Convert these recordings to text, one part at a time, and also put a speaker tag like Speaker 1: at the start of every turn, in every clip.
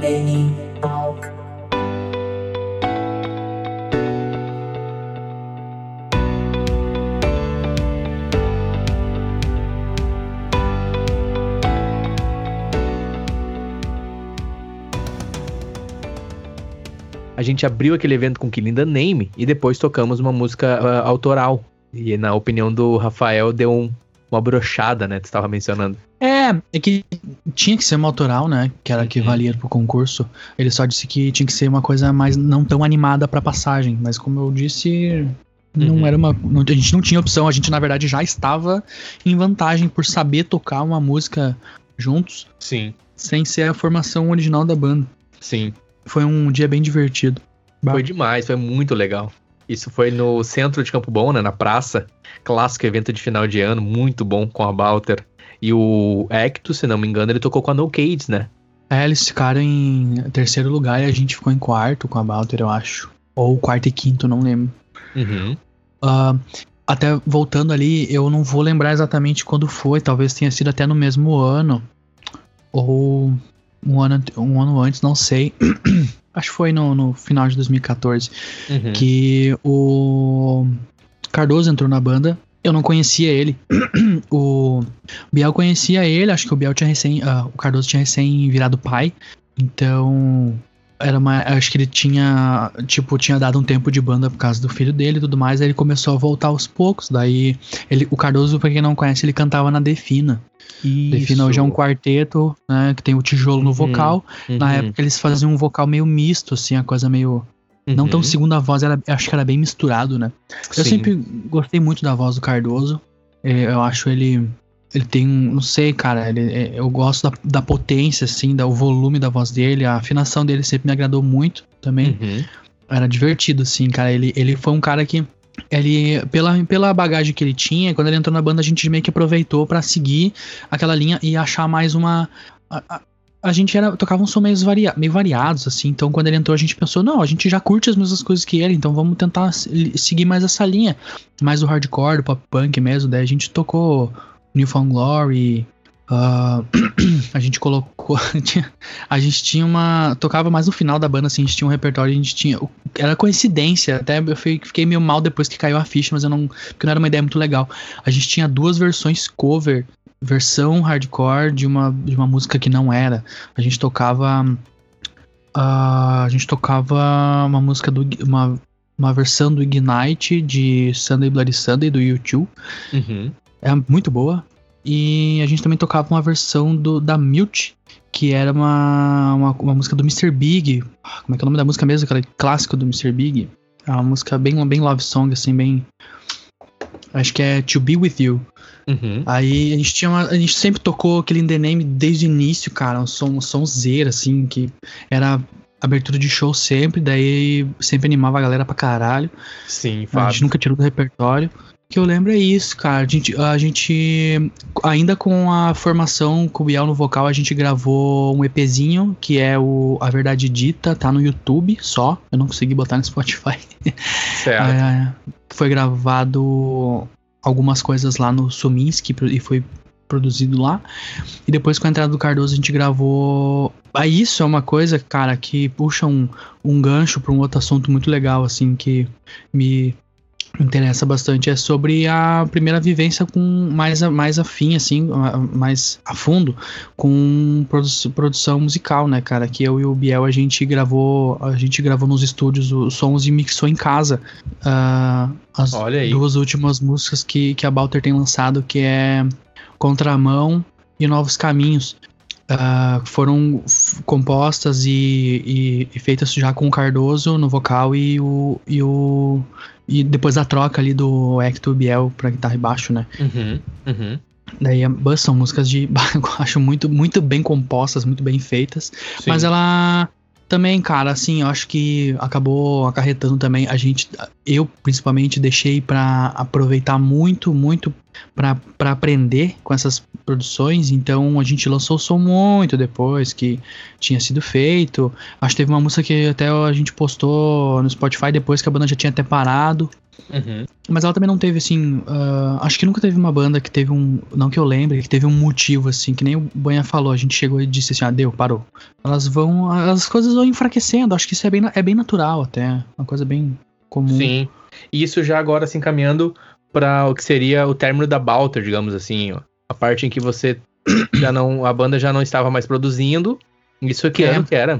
Speaker 1: Penny Talk.
Speaker 2: A gente abriu aquele evento com Killing the Name e depois tocamos uma música autoral. E na opinião do Rafael deu uma brochada, né? Tu estava mencionando.
Speaker 3: É que tinha que ser uma autoral, né? Que era que valia pro concurso. Ele só disse que tinha que ser uma coisa mais não tão animada pra passagem. Mas como eu disse, não era a gente não tinha opção. A gente, na verdade, já estava em vantagem por saber tocar uma música juntos.
Speaker 2: Sim.
Speaker 3: Sem ser a formação original da banda.
Speaker 2: Sim.
Speaker 3: Foi um dia bem divertido.
Speaker 2: Foi demais, foi muito legal. Isso foi no centro de Campo Bom, né, na praça. Clássico evento de final de ano, muito bom com a Balter. E o Hector, se não me engano, ele tocou com a No Cades, né?
Speaker 3: Eles ficaram em terceiro lugar e a gente ficou em quarto com a Balter, eu acho. Ou quarto e quinto, não lembro. Até voltando ali, eu não vou lembrar exatamente quando foi. Talvez tenha sido até no mesmo ano. Ou um ano antes, não sei. Acho que foi no final de 2014. Que o Cardoso entrou na banda. Eu não conhecia ele. O Biel conhecia ele. Acho que o Biel tinha o Cardoso tinha recém virado pai. Então acho que ele tinha dado um tempo de banda por causa do filho dele e tudo mais. Aí ele começou a voltar aos poucos. Daí o Cardoso, pra quem não conhece, ele cantava na Defina. Defina hoje é um quarteto, né, que tem o tijolo no vocal. Na época eles faziam um vocal meio misto, assim, a coisa meio... Não tão segunda voz, acho que era bem misturado, né? Eu sempre gostei muito da voz do Cardoso. Eu acho ele tem, não sei, cara, eu gosto da potência, assim, do volume da voz dele. A afinação dele sempre me agradou muito também. Era divertido, assim, cara. Ele foi um cara que... pela bagagem que ele tinha, quando ele entrou na banda, a gente meio que aproveitou pra seguir aquela linha e achar mais uma... A gente tocava um som meio variados, assim. Então quando ele entrou, a gente pensou, não, a gente já curte as mesmas coisas que ele, então vamos tentar seguir mais essa linha, mais do hardcore, do pop punk mesmo. Daí a gente tocou New Found Glory, a gente colocou... a gente tinha tocava mais no final da banda, assim, a gente tinha um repertório, a gente tinha... Era coincidência, até eu fiquei meio mal depois que caiu a ficha, mas porque não era uma ideia muito legal. A gente tinha duas versões cover, versão hardcore de uma música que não era. A gente tocava uma música uma versão do Ignite de Sunday Bloody Sunday do U2. É muito boa. E a gente também tocava uma versão da Mute, que era uma música do Mr. Big. Como é que é o nome da música mesmo? Aquela clássica do Mr. Big. É uma música bem love song, assim, bem... Acho que é To Be With You. Aí a gente sempre tocou Killing the Name desde o início, cara. Um sonzeiro, assim, que era abertura de show sempre. Daí sempre animava a galera pra caralho.
Speaker 2: Sim,
Speaker 3: a gente nunca tirou do repertório. O que eu lembro é isso, cara. A gente ainda com a formação com o Biel no vocal, a gente gravou um EPzinho, que é A Verdade Dita, tá no YouTube só. Eu não consegui botar no Spotify.
Speaker 2: Certo.
Speaker 3: Foi gravado algumas coisas lá no Suminski e foi produzido lá. E depois com a entrada do Cardoso a gente gravou... Isso é uma coisa, cara, que puxa um gancho pra um outro assunto muito legal, assim, que me interessa bastante. É sobre a primeira vivência com mais afim, assim, mais a fundo com produção musical, né, cara? Que eu e o Biel, a gente gravou nos estúdios os sons e mixou em casa as duas últimas músicas que a Balter tem lançado, que é Contramão e Novos Caminhos. Foram compostas e feitas já com o Cardoso no vocal e depois da troca ali do Hector Biel pra guitarra e baixo, né? Daí são músicas eu acho muito, muito bem compostas, muito bem feitas. Sim. Mas ela também, cara, assim, eu acho que acabou acarretando também eu principalmente deixei pra aproveitar muito, muito pra aprender com essas produções, então a gente lançou o som muito depois que tinha sido feito. Acho que teve uma música que até a gente postou no Spotify depois que a banda já tinha até parado. Mas ela também não teve, assim, acho que nunca teve uma banda que teve não que eu lembre, que teve um motivo, assim, que nem o Banha falou, a gente chegou e disse assim, deu, parou. As coisas vão enfraquecendo, acho que isso é bem natural até, uma coisa bem comum.
Speaker 2: Sim, e isso já agora se encaminhando para o que seria o término da Balter, digamos assim, ó. A parte em que você a banda já não estava mais produzindo. Isso que ano que era?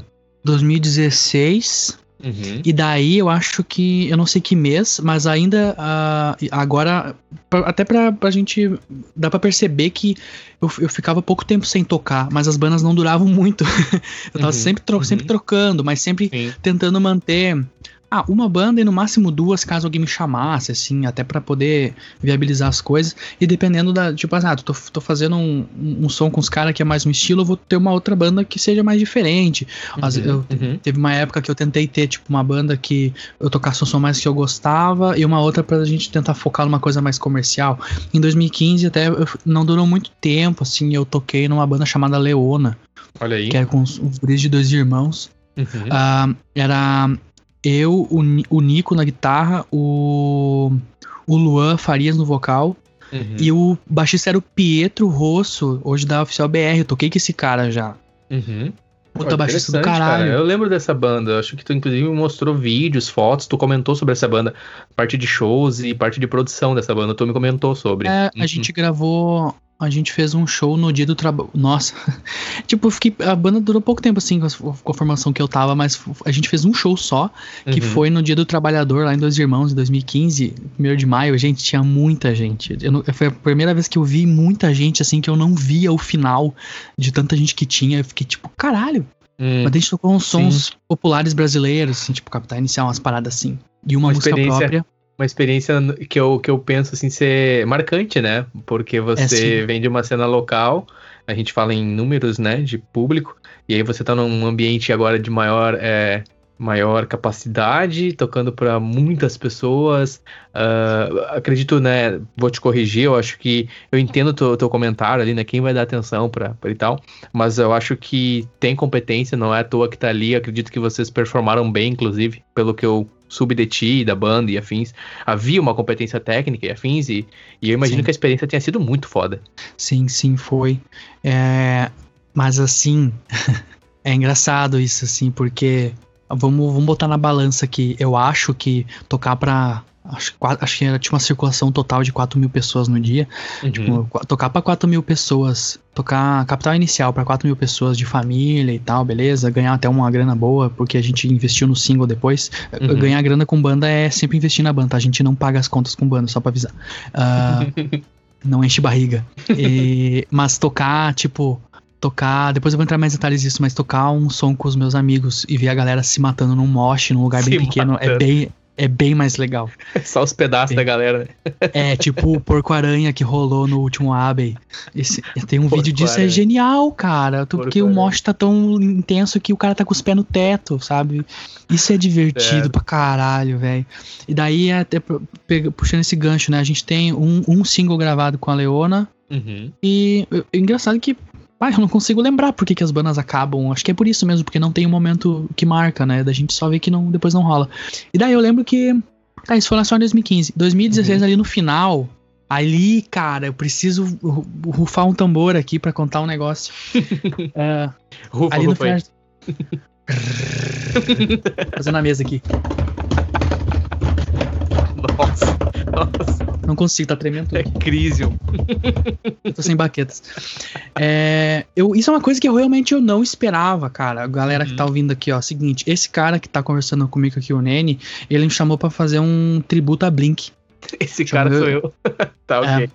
Speaker 3: 2016. E daí eu acho que, eu não sei que mês, mas ainda agora, até pra gente, dá pra perceber que eu ficava pouco tempo sem tocar, mas as bandas não duravam muito. Eu tava sempre trocando, mas sempre tentando manter uma banda e no máximo duas, caso alguém me chamasse, assim, até pra poder viabilizar as coisas. E dependendo tipo, tô fazendo um som com os caras que é mais um estilo, eu vou ter uma outra banda que seja mais diferente. Teve uma época que eu tentei ter, tipo, uma banda que eu tocasse um som mais que eu gostava e uma outra pra gente tentar focar numa coisa mais comercial. Em 2015 até não durou muito tempo, assim, eu toquei numa banda chamada Leona.
Speaker 2: Olha aí.
Speaker 3: Que era com os guris de dois irmãos. Era eu, o Nico na guitarra, o Luan Farias no vocal, e o baixista era o Pietro Rosso, hoje da Oficial BR, eu toquei com esse cara já. Puta baixista do caralho.
Speaker 2: Cara. Eu lembro dessa banda, acho que tu inclusive mostrou vídeos, fotos, tu comentou sobre essa banda, parte de shows e parte de produção dessa banda, tu me comentou sobre.
Speaker 3: A gente gravou... A gente fez um show no dia do trabalho. Nossa. Tipo, a banda durou pouco tempo, assim, com a formação que eu tava, mas a gente fez um show só, que foi no Dia do Trabalhador, lá em Dois Irmãos, em 2015, 1º de maio. Gente, tinha muita gente. Foi a primeira vez que eu vi muita gente, assim, que eu não via o final de tanta gente que tinha. Eu fiquei tipo, caralho. Mas a gente tocou uns sons populares brasileiros, assim, tipo, Capital Inicial, umas paradas assim. E uma música própria.
Speaker 2: Uma experiência que eu penso assim ser marcante, né? Porque você vem de uma cena local, a gente fala em números, né, de público, e aí você tá num ambiente agora de maior capacidade, tocando para muitas pessoas. Acredito, né, vou te corrigir, eu acho que eu entendo o teu comentário ali, né, quem vai dar atenção para e tal, mas eu acho que tem competência, não é à toa que tá ali, acredito que vocês performaram bem, inclusive, pelo que eu soube de ti, da banda e afins, havia uma competência técnica e afins, e eu imagino que a experiência tenha sido muito foda.
Speaker 3: Sim, foi. Mas assim, é engraçado isso, assim, porque vamos botar na balança aqui, eu acho que tocar pra... Acho que tinha uma circulação total de 4.000 pessoas no dia. Tipo, tocar pra 4.000 pessoas, tocar Capital Inicial pra 4.000 pessoas de família e tal, beleza? Ganhar até uma grana boa, porque a gente investiu no single depois. Ganhar grana com banda é sempre investir na banda, tá? A gente não paga as contas com banda, só pra avisar. Não enche barriga. Mas tocar, tipo... depois eu vou entrar mais em detalhes disso, mas tocar um som com os meus amigos e ver a galera se matando num mosh, num lugar bem pequeno, é bem mais legal.
Speaker 2: Só os pedaços da galera.
Speaker 3: Tipo o Porco-Aranha que rolou no último Abbey. Tem um vídeo disso, é genial, cara. Porque o mosh tá tão intenso que o cara tá com os pés no teto, sabe? Isso é divertido pra caralho, velho. E daí, até puxando esse gancho, né? A gente tem um single gravado com a Leona. E engraçado que eu não consigo lembrar por que as bandas acabam. Acho que é por isso mesmo, porque não tem um momento que marca, né? Da gente só vê que depois não rola. E daí eu lembro que... isso foi lá só em 2015. 2016, ali no final... Ali, cara, eu preciso rufar um tambor aqui pra contar um negócio. Ali no final... Fazendo a mesa aqui.
Speaker 2: Nossa.
Speaker 3: Não consigo, tá tremendo tudo.
Speaker 2: É Crisium.
Speaker 3: Eu tô sem baquetas. Isso é uma coisa que realmente eu não esperava, cara. A galera que tá ouvindo aqui, ó. Seguinte, esse cara que tá conversando comigo aqui, o Nene, ele me chamou pra fazer um tributo a Blink.
Speaker 2: Esse cara sou eu. Tá, ok.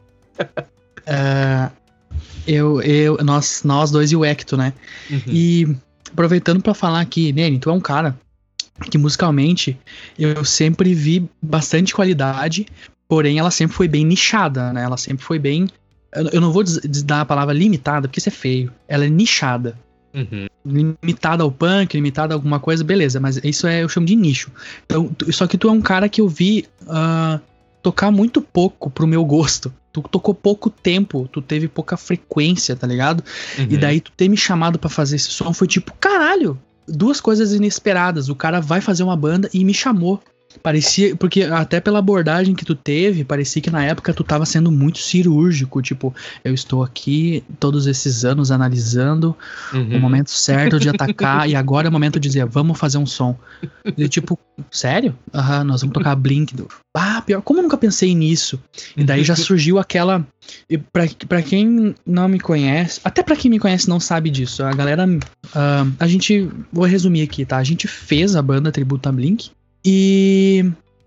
Speaker 3: Nós dois e o Hector, né? E aproveitando pra falar aqui, Nene, tu é um cara que musicalmente eu sempre vi bastante qualidade, porém ela sempre foi bem nichada, né? Ela sempre foi bem... Eu não vou dar a palavra limitada, porque isso é feio. Ela é nichada. Limitada ao punk, limitada a alguma coisa, beleza, mas isso eu chamo de nicho. Então, só que tu é um cara que eu vi tocar muito pouco pro meu gosto. Tu tocou pouco tempo, tu teve pouca frequência, tá ligado? E daí tu ter me chamado pra fazer esse som foi tipo, caralho, 2 coisas inesperadas. O cara vai fazer uma banda e me chamou. Parecia, porque até pela abordagem que tu teve, parecia que na época tu tava sendo muito cirúrgico, tipo, eu estou aqui todos esses anos analisando o momento certo de atacar e agora é o momento de dizer, vamos fazer um som. E tipo, sério? Aham, nós vamos tocar Blink. Pior, como eu nunca pensei nisso? E daí já surgiu aquela... Pra quem não me conhece, até pra quem me conhece não sabe disso, a galera, a gente, vou resumir aqui, tá? A gente fez a banda Tributo a Blink. E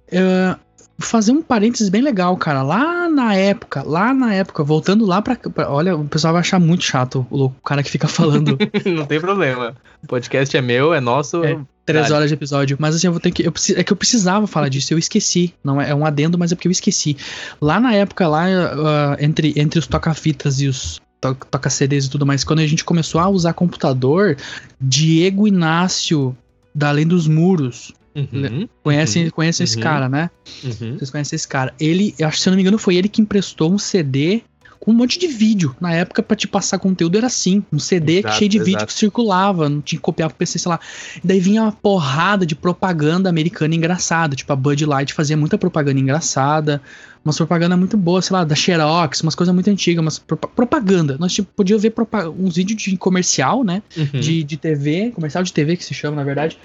Speaker 3: fazer um parênteses bem legal, cara. Lá na época, voltando lá pra olha, o pessoal vai achar muito chato o cara que fica falando.
Speaker 2: Não tem problema. O podcast é meu, é nosso.
Speaker 3: 3 horas de episódio. Mas assim, é que eu precisava falar disso, eu esqueci. Não é um adendo, mas é porque eu esqueci. Lá na época, entre os toca-fitas e os toca-CDs e tudo mais, quando a gente começou a usar computador, Diego Inácio, da Além dos Muros. Conhecem esse cara, né? Vocês conhecem esse cara. Ele, eu acho que se eu não me engano, foi ele que emprestou um CD com um monte de vídeo. Na época, pra te passar conteúdo era assim. Um CD cheio de vídeo que circulava, não tinha que copiar pro PC, sei lá. E daí vinha uma porrada de propaganda americana engraçada. Tipo, a Bud Light fazia muita propaganda engraçada. Umas propaganda muito boas, sei lá, da Xerox, umas coisas muito antigas, umas propaganda. Nós tipo, podíamos ver uns vídeos de comercial, né? De TV, comercial de TV que se chama, na verdade.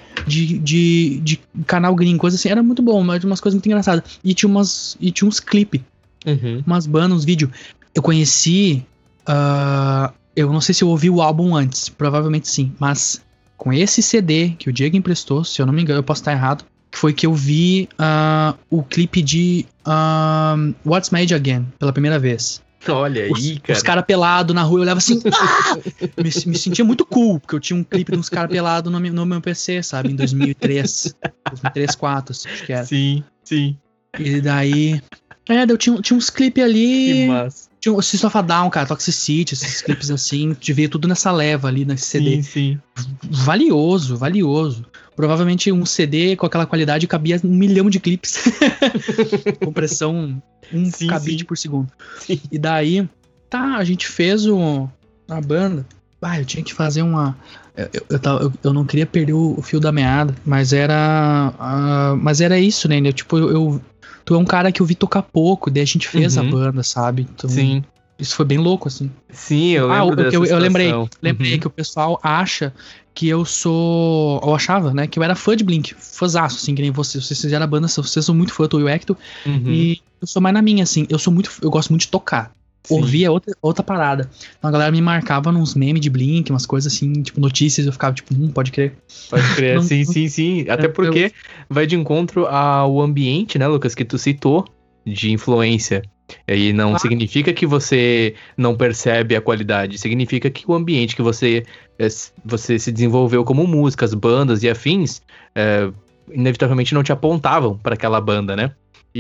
Speaker 3: De canal gringo, coisa assim. Era muito bom, mas umas coisas muito engraçadas. E tinha uns clipes. Umas bandas, uns vídeos. Eu conheci... eu não sei se eu ouvi o álbum antes, provavelmente sim. Mas com esse CD que o Diego emprestou, se eu não me engano, eu posso estar errado, que foi que eu vi o clipe de What's My Age Again, pela primeira vez.
Speaker 2: Olha aí, cara.
Speaker 3: Os caras pelados na rua, eu olhava assim... me sentia muito cool, porque eu tinha um clipe de uns caras pelados no meu PC, sabe? Em 2003, 2004, acho que era.
Speaker 2: Sim.
Speaker 3: E daí... eu tinha uns clipes ali...
Speaker 2: Que massa.
Speaker 3: Tinha o System of a Down, cara, Toxicity, esses clipes assim, te veio tudo nessa leva ali, nesse CD.
Speaker 2: Sim.
Speaker 3: Valioso. Provavelmente um CD com aquela qualidade cabia 1 milhão de clipes. Compressão 1 kbit por segundo.
Speaker 2: Sim.
Speaker 3: E daí, a gente fez a banda. Eu tinha que fazer uma... Eu não queria perder o fio da meada, mas era isso, né? Tu é um cara que eu vi tocar pouco, daí a gente fez a banda, sabe? Então,
Speaker 2: sim.
Speaker 3: Isso foi bem louco, assim.
Speaker 2: Sim, eu lembro dessa situação.
Speaker 3: Eu lembrei que o pessoal acha que eu sou... Eu achava, né? Que eu era fã de Blink. Fãzaço, assim, que nem vocês. Vocês fizeram a banda, vocês são muito fã do Will Hector. E eu sou mais na minha, assim. Eu gosto muito de tocar. Sim. Ouvir é outra parada. Então a galera me marcava nos memes de Blink, umas coisas assim, tipo notícias, eu ficava tipo, pode crer.
Speaker 2: Pode crer, sim. Até porque vai de encontro ao ambiente, né, Lucas, que tu citou, de influência. E não significa que você não percebe a qualidade, significa que o ambiente que você se desenvolveu como música, as bandas e afins, inevitavelmente não te apontavam para aquela banda, né?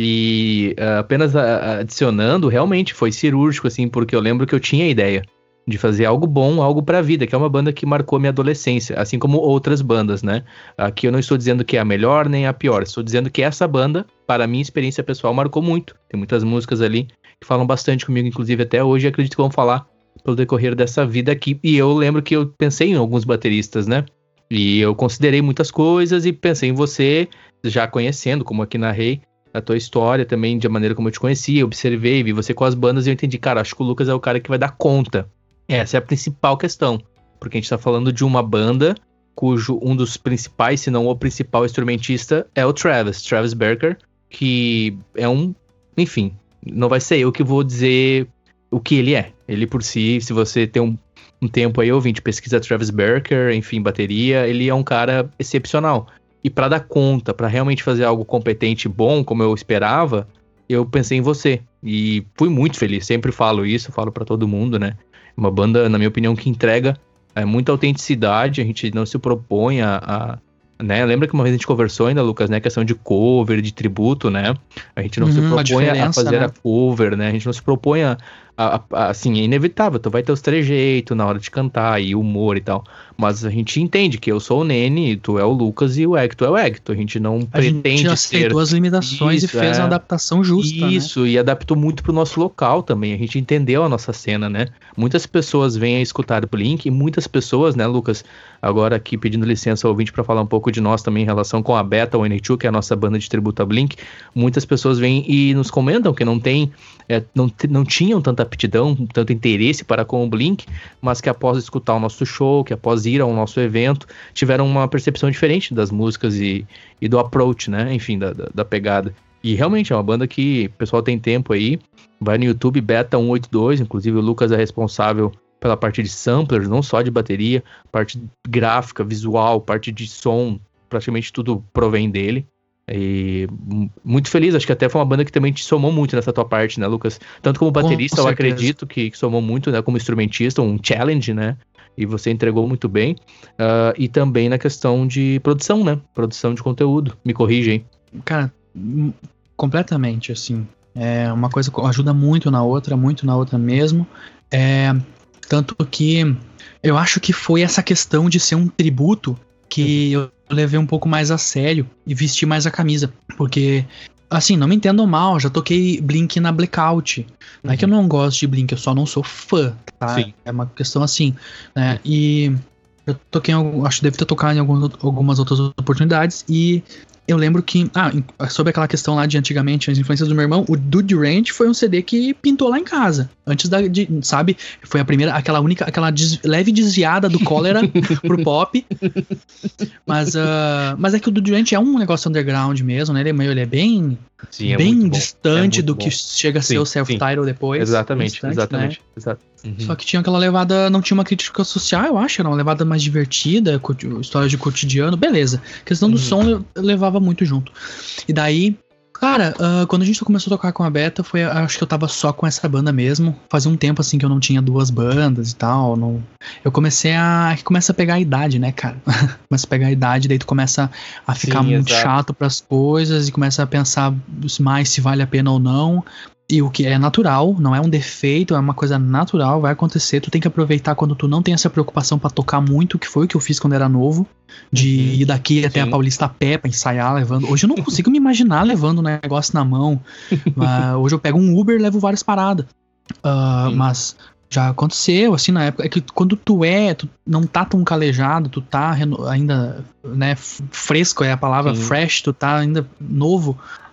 Speaker 2: E apenas adicionando, realmente foi cirúrgico, assim, porque eu lembro que eu tinha a ideia de fazer algo bom, algo pra vida, que é uma banda que marcou minha adolescência, assim como outras bandas, né? Aqui eu não estou dizendo que é a melhor nem a pior, estou dizendo que essa banda, para a minha experiência pessoal, marcou muito. Tem muitas músicas ali que falam bastante comigo, inclusive até hoje, e acredito que vão falar pelo decorrer dessa vida aqui. E eu lembro que eu pensei em alguns bateristas, né? E eu considerei muitas coisas e pensei em você, já conhecendo, como aqui narrei, a tua história também, de maneira como eu te conheci, observei, vi você com as bandas e eu entendi, cara, acho que o Lucas é o cara que vai dar conta. Essa é a principal questão, porque a gente tá falando de uma banda cujo um dos principais, se não o principal instrumentista é o Travis Barker, que é enfim, não vai ser eu que vou dizer o que ele é. Ele por si, se você tem um tempo aí, ouvinte, pesquisa Travis Barker, enfim, bateria, ele é um cara excepcional. E pra dar conta, pra realmente fazer algo competente e bom, como eu esperava, eu pensei em você. E fui muito feliz, sempre falo isso, falo pra todo mundo, né? Uma banda, na minha opinião, que entrega muita autenticidade, a gente não se propõe né? Lembra que uma vez a gente conversou ainda, Lucas, né? Questão de cover, de tributo, né? A gente não se propõe a fazer, né, a cover, né? A gente não se propõe assim, é inevitável, tu vai ter os trejeitos na hora de cantar e humor e tal, mas a gente entende que eu sou o Nene, tu é o Lucas e o Hector é o Hector, a gente não pretende ser... A gente
Speaker 3: aceitou as limitações
Speaker 2: isso,
Speaker 3: e fez uma adaptação justa,
Speaker 2: isso, né? E adaptou muito pro nosso local também, a gente entendeu a nossa cena, né? Muitas pessoas vêm a escutar o Blink e muitas pessoas, né, Lucas, agora aqui pedindo licença ao ouvinte para falar um pouco de nós também em relação com a Beta One2, que é a nossa banda de tributo a Blink, muitas pessoas vêm e nos comentam que não tinham tanta aptidão, tanto interesse para com o Blink, mas que após escutar o nosso show, que após ir ao nosso evento, tiveram uma percepção diferente das músicas e do approach, né? Enfim, da pegada. E realmente é uma banda que o pessoal tem tempo aí, vai no YouTube, Beta 182, inclusive o Lucas é responsável pela parte de samplers, não só de bateria, parte gráfica, visual, parte de som, praticamente tudo provém dele. E muito feliz, acho que até foi uma banda que também te somou muito nessa tua parte, né, Lucas? Tanto como baterista, eu acredito que somou muito, né, como instrumentista, um challenge, né? E você entregou muito bem. E também na questão de produção, né? Produção de conteúdo. Me corrija, hein?
Speaker 3: Cara, completamente, assim. É uma coisa que ajuda muito na outra mesmo. Tanto que eu acho que foi essa questão de ser um tributo que eu levei um pouco mais a sério e vesti mais a camisa. Porque, assim, não me entendam mal, já toquei Blink na Blackout. Não é que eu não gosto de Blink, eu só não sou fã, tá? Sim. É uma questão assim, né? E eu toquei, acho que devo ter tocado em algumas outras oportunidades. E eu lembro que, sobre aquela questão lá de antigamente, as influências do meu irmão, o Dude Ranch foi um CD que pintou lá em casa. Antes sabe? Foi a primeira, aquela leve desviada do cólera pro pop. Mas é que o Dude Ranch é um negócio underground mesmo, né? Ele é bem, sim, bem distante do que chega a ser o self-title depois.
Speaker 2: Exatamente.
Speaker 3: Né?
Speaker 2: Exato.
Speaker 3: Só que tinha aquela levada, não tinha uma crítica social, eu acho, era uma levada mais divertida, história de cotidiano, beleza. A questão do som eu levava muito junto. E daí, cara, quando a gente começou a tocar com a Beta, acho que eu tava só com essa banda mesmo. Fazia um tempo assim que eu não tinha duas bandas e tal. Eu começa a pegar a idade, né, cara? Começa a pegar a idade, daí tu começa a ficar muito chato pras coisas e começa a pensar mais se vale a pena ou não. E o que é natural, não é um defeito, é uma coisa natural, vai acontecer. Tu tem que aproveitar quando tu não tem essa preocupação pra tocar muito, que foi o que eu fiz quando era novo. De ir daqui até a Paulista a pé pra ensaiar, levando. Hoje eu não consigo me imaginar levando um negócio na mão. Hoje eu pego um Uber e levo várias paradas. Mas já aconteceu, assim, na época. É que quando tu não tá tão calejado, tu tá ainda, né, fresco é a palavra, fresh, tu tá ainda novo.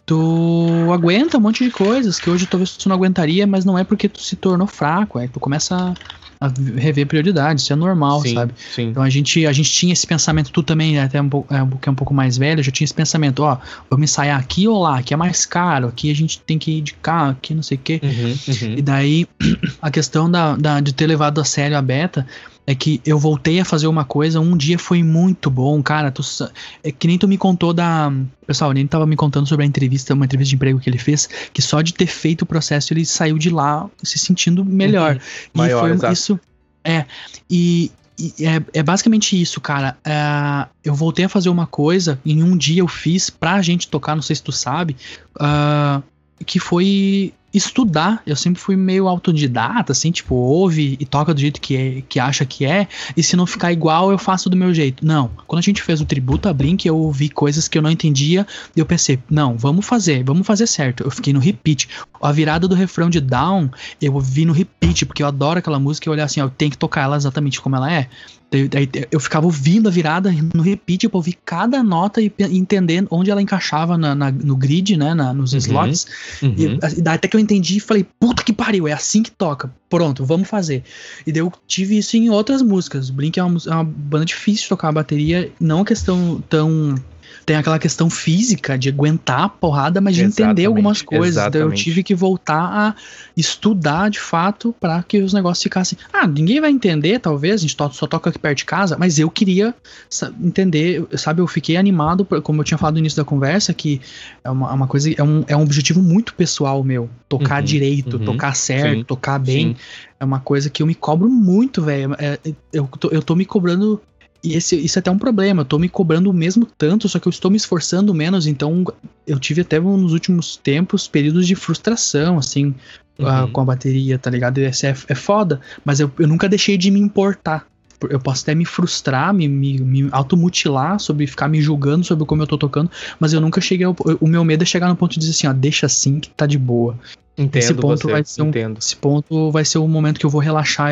Speaker 3: Tu aguenta um monte de coisas que hoje talvez tu não aguentaria, mas não é porque tu se tornou fraco, tu começa a rever prioridades, isso é normal, sabe? Sim. Então a gente tinha esse pensamento, tu também até um pouco mais velho, já tinha esse pensamento, vamos ensaiar aqui ou lá, aqui é mais caro, aqui a gente tem que ir de carro, aqui não sei o quê. E daí a questão de ter levado a sério a Beta é que eu voltei a fazer uma coisa, um dia foi muito bom, cara, é que nem tu me contou pessoal, ele tava me contando sobre uma entrevista de emprego que ele fez, que só de ter feito o processo ele saiu de lá se sentindo melhor.
Speaker 2: Maior,
Speaker 3: e foi isso, e é basicamente isso, cara. Eu voltei a fazer uma coisa, em um dia eu fiz pra gente tocar, não sei se tu sabe, que foi estudar. Eu sempre fui meio autodidata, assim, tipo, ouve e toca do jeito que acha que é, e se não ficar igual, eu faço do meu jeito. Não, quando a gente fez o tributo a Blink, eu ouvi coisas que eu não entendia, e eu pensei, não, vamos fazer certo. Eu fiquei no repeat. A virada do refrão de Down, eu ouvi no repeat, porque eu adoro aquela música, e olhar assim, eu tenho que tocar ela exatamente como ela é. Eu ficava ouvindo a virada no repeat pra ouvir cada nota e entender onde ela encaixava no grid, né, nos slots. E daí até que eu entendi e falei, puta que pariu, é assim que toca. Pronto, vamos fazer. E daí eu tive isso em outras músicas. Blink é uma banda difícil de tocar a bateria, não é questão tão... Tem aquela questão física de aguentar a porrada, mas de entender algumas coisas. Então eu tive que voltar a estudar de fato para que os negócios ficassem... ninguém vai entender, talvez, a gente só toca aqui perto de casa, mas eu queria entender, sabe? Eu fiquei animado, como eu tinha falado no início da conversa, que é uma coisa, é um objetivo muito pessoal meu. Tocar direito, tocar certo, tocar bem. Sim. É uma coisa que eu me cobro muito, velho. Eu tô me cobrando... E isso é até um problema, eu tô me cobrando o mesmo tanto, só que eu estou me esforçando menos, então eu tive até nos últimos tempos períodos de frustração, assim, com a bateria, tá ligado? Esse é foda, mas eu nunca deixei de me importar. Eu posso até me frustrar, me automutilar sobre ficar me julgando sobre como eu tô tocando, mas eu nunca cheguei o meu medo é chegar no ponto de dizer assim, ó, deixa assim que tá de boa.
Speaker 2: Entendo
Speaker 3: esse ponto esse ponto vai ser o momento que eu vou relaxar,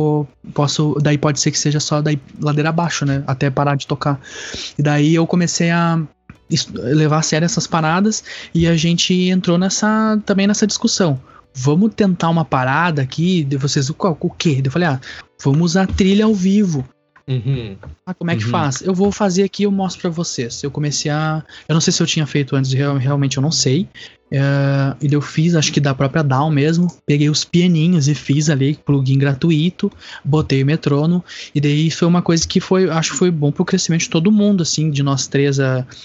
Speaker 3: daí pode ser que seja só daí ladeira abaixo, né, até parar de tocar. E daí eu comecei a levar a sério essas paradas e a gente entrou também nessa discussão. Vamos tentar uma parada aqui, de vocês, o quê? Eu falei, vamos usar trilha ao vivo. Como é que faz? Eu vou fazer aqui e eu mostro pra vocês. Eu comecei eu não sei se eu tinha feito antes, realmente eu não sei. E eu fiz, acho que da própria DAW mesmo. Peguei os pianinhos e fiz ali, plugin gratuito. Botei o metrônomo. E daí foi uma coisa que acho que foi bom pro crescimento de todo mundo, assim, de nós três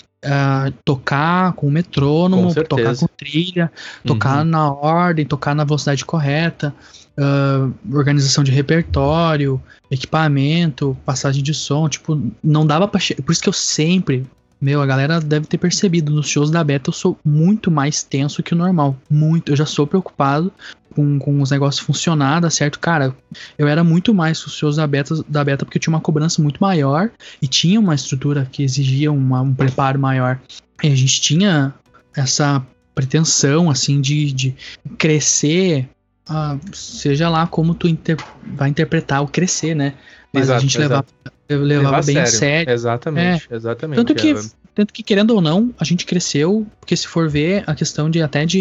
Speaker 3: tocar com o metrônomo, tocar com trilha, tocar na ordem, tocar na velocidade correta, organização de repertório, equipamento, passagem de som, tipo, não dava pra... Por isso que eu sempre... a galera deve ter percebido, nos shows da Beta eu sou muito mais tenso que o normal, muito, eu já sou preocupado com os negócios funcionar, dar certo, cara, eu era muito mais os shows da Beta porque eu tinha uma cobrança muito maior e tinha uma estrutura que exigia um preparo maior, e a gente tinha essa pretensão, assim, de crescer, seja lá como tu vai interpretar o crescer, né, mas
Speaker 2: exato,
Speaker 3: a gente levava bem a sério.
Speaker 2: Exatamente.
Speaker 3: Tanto que, querendo ou não, a gente cresceu, porque se for ver a questão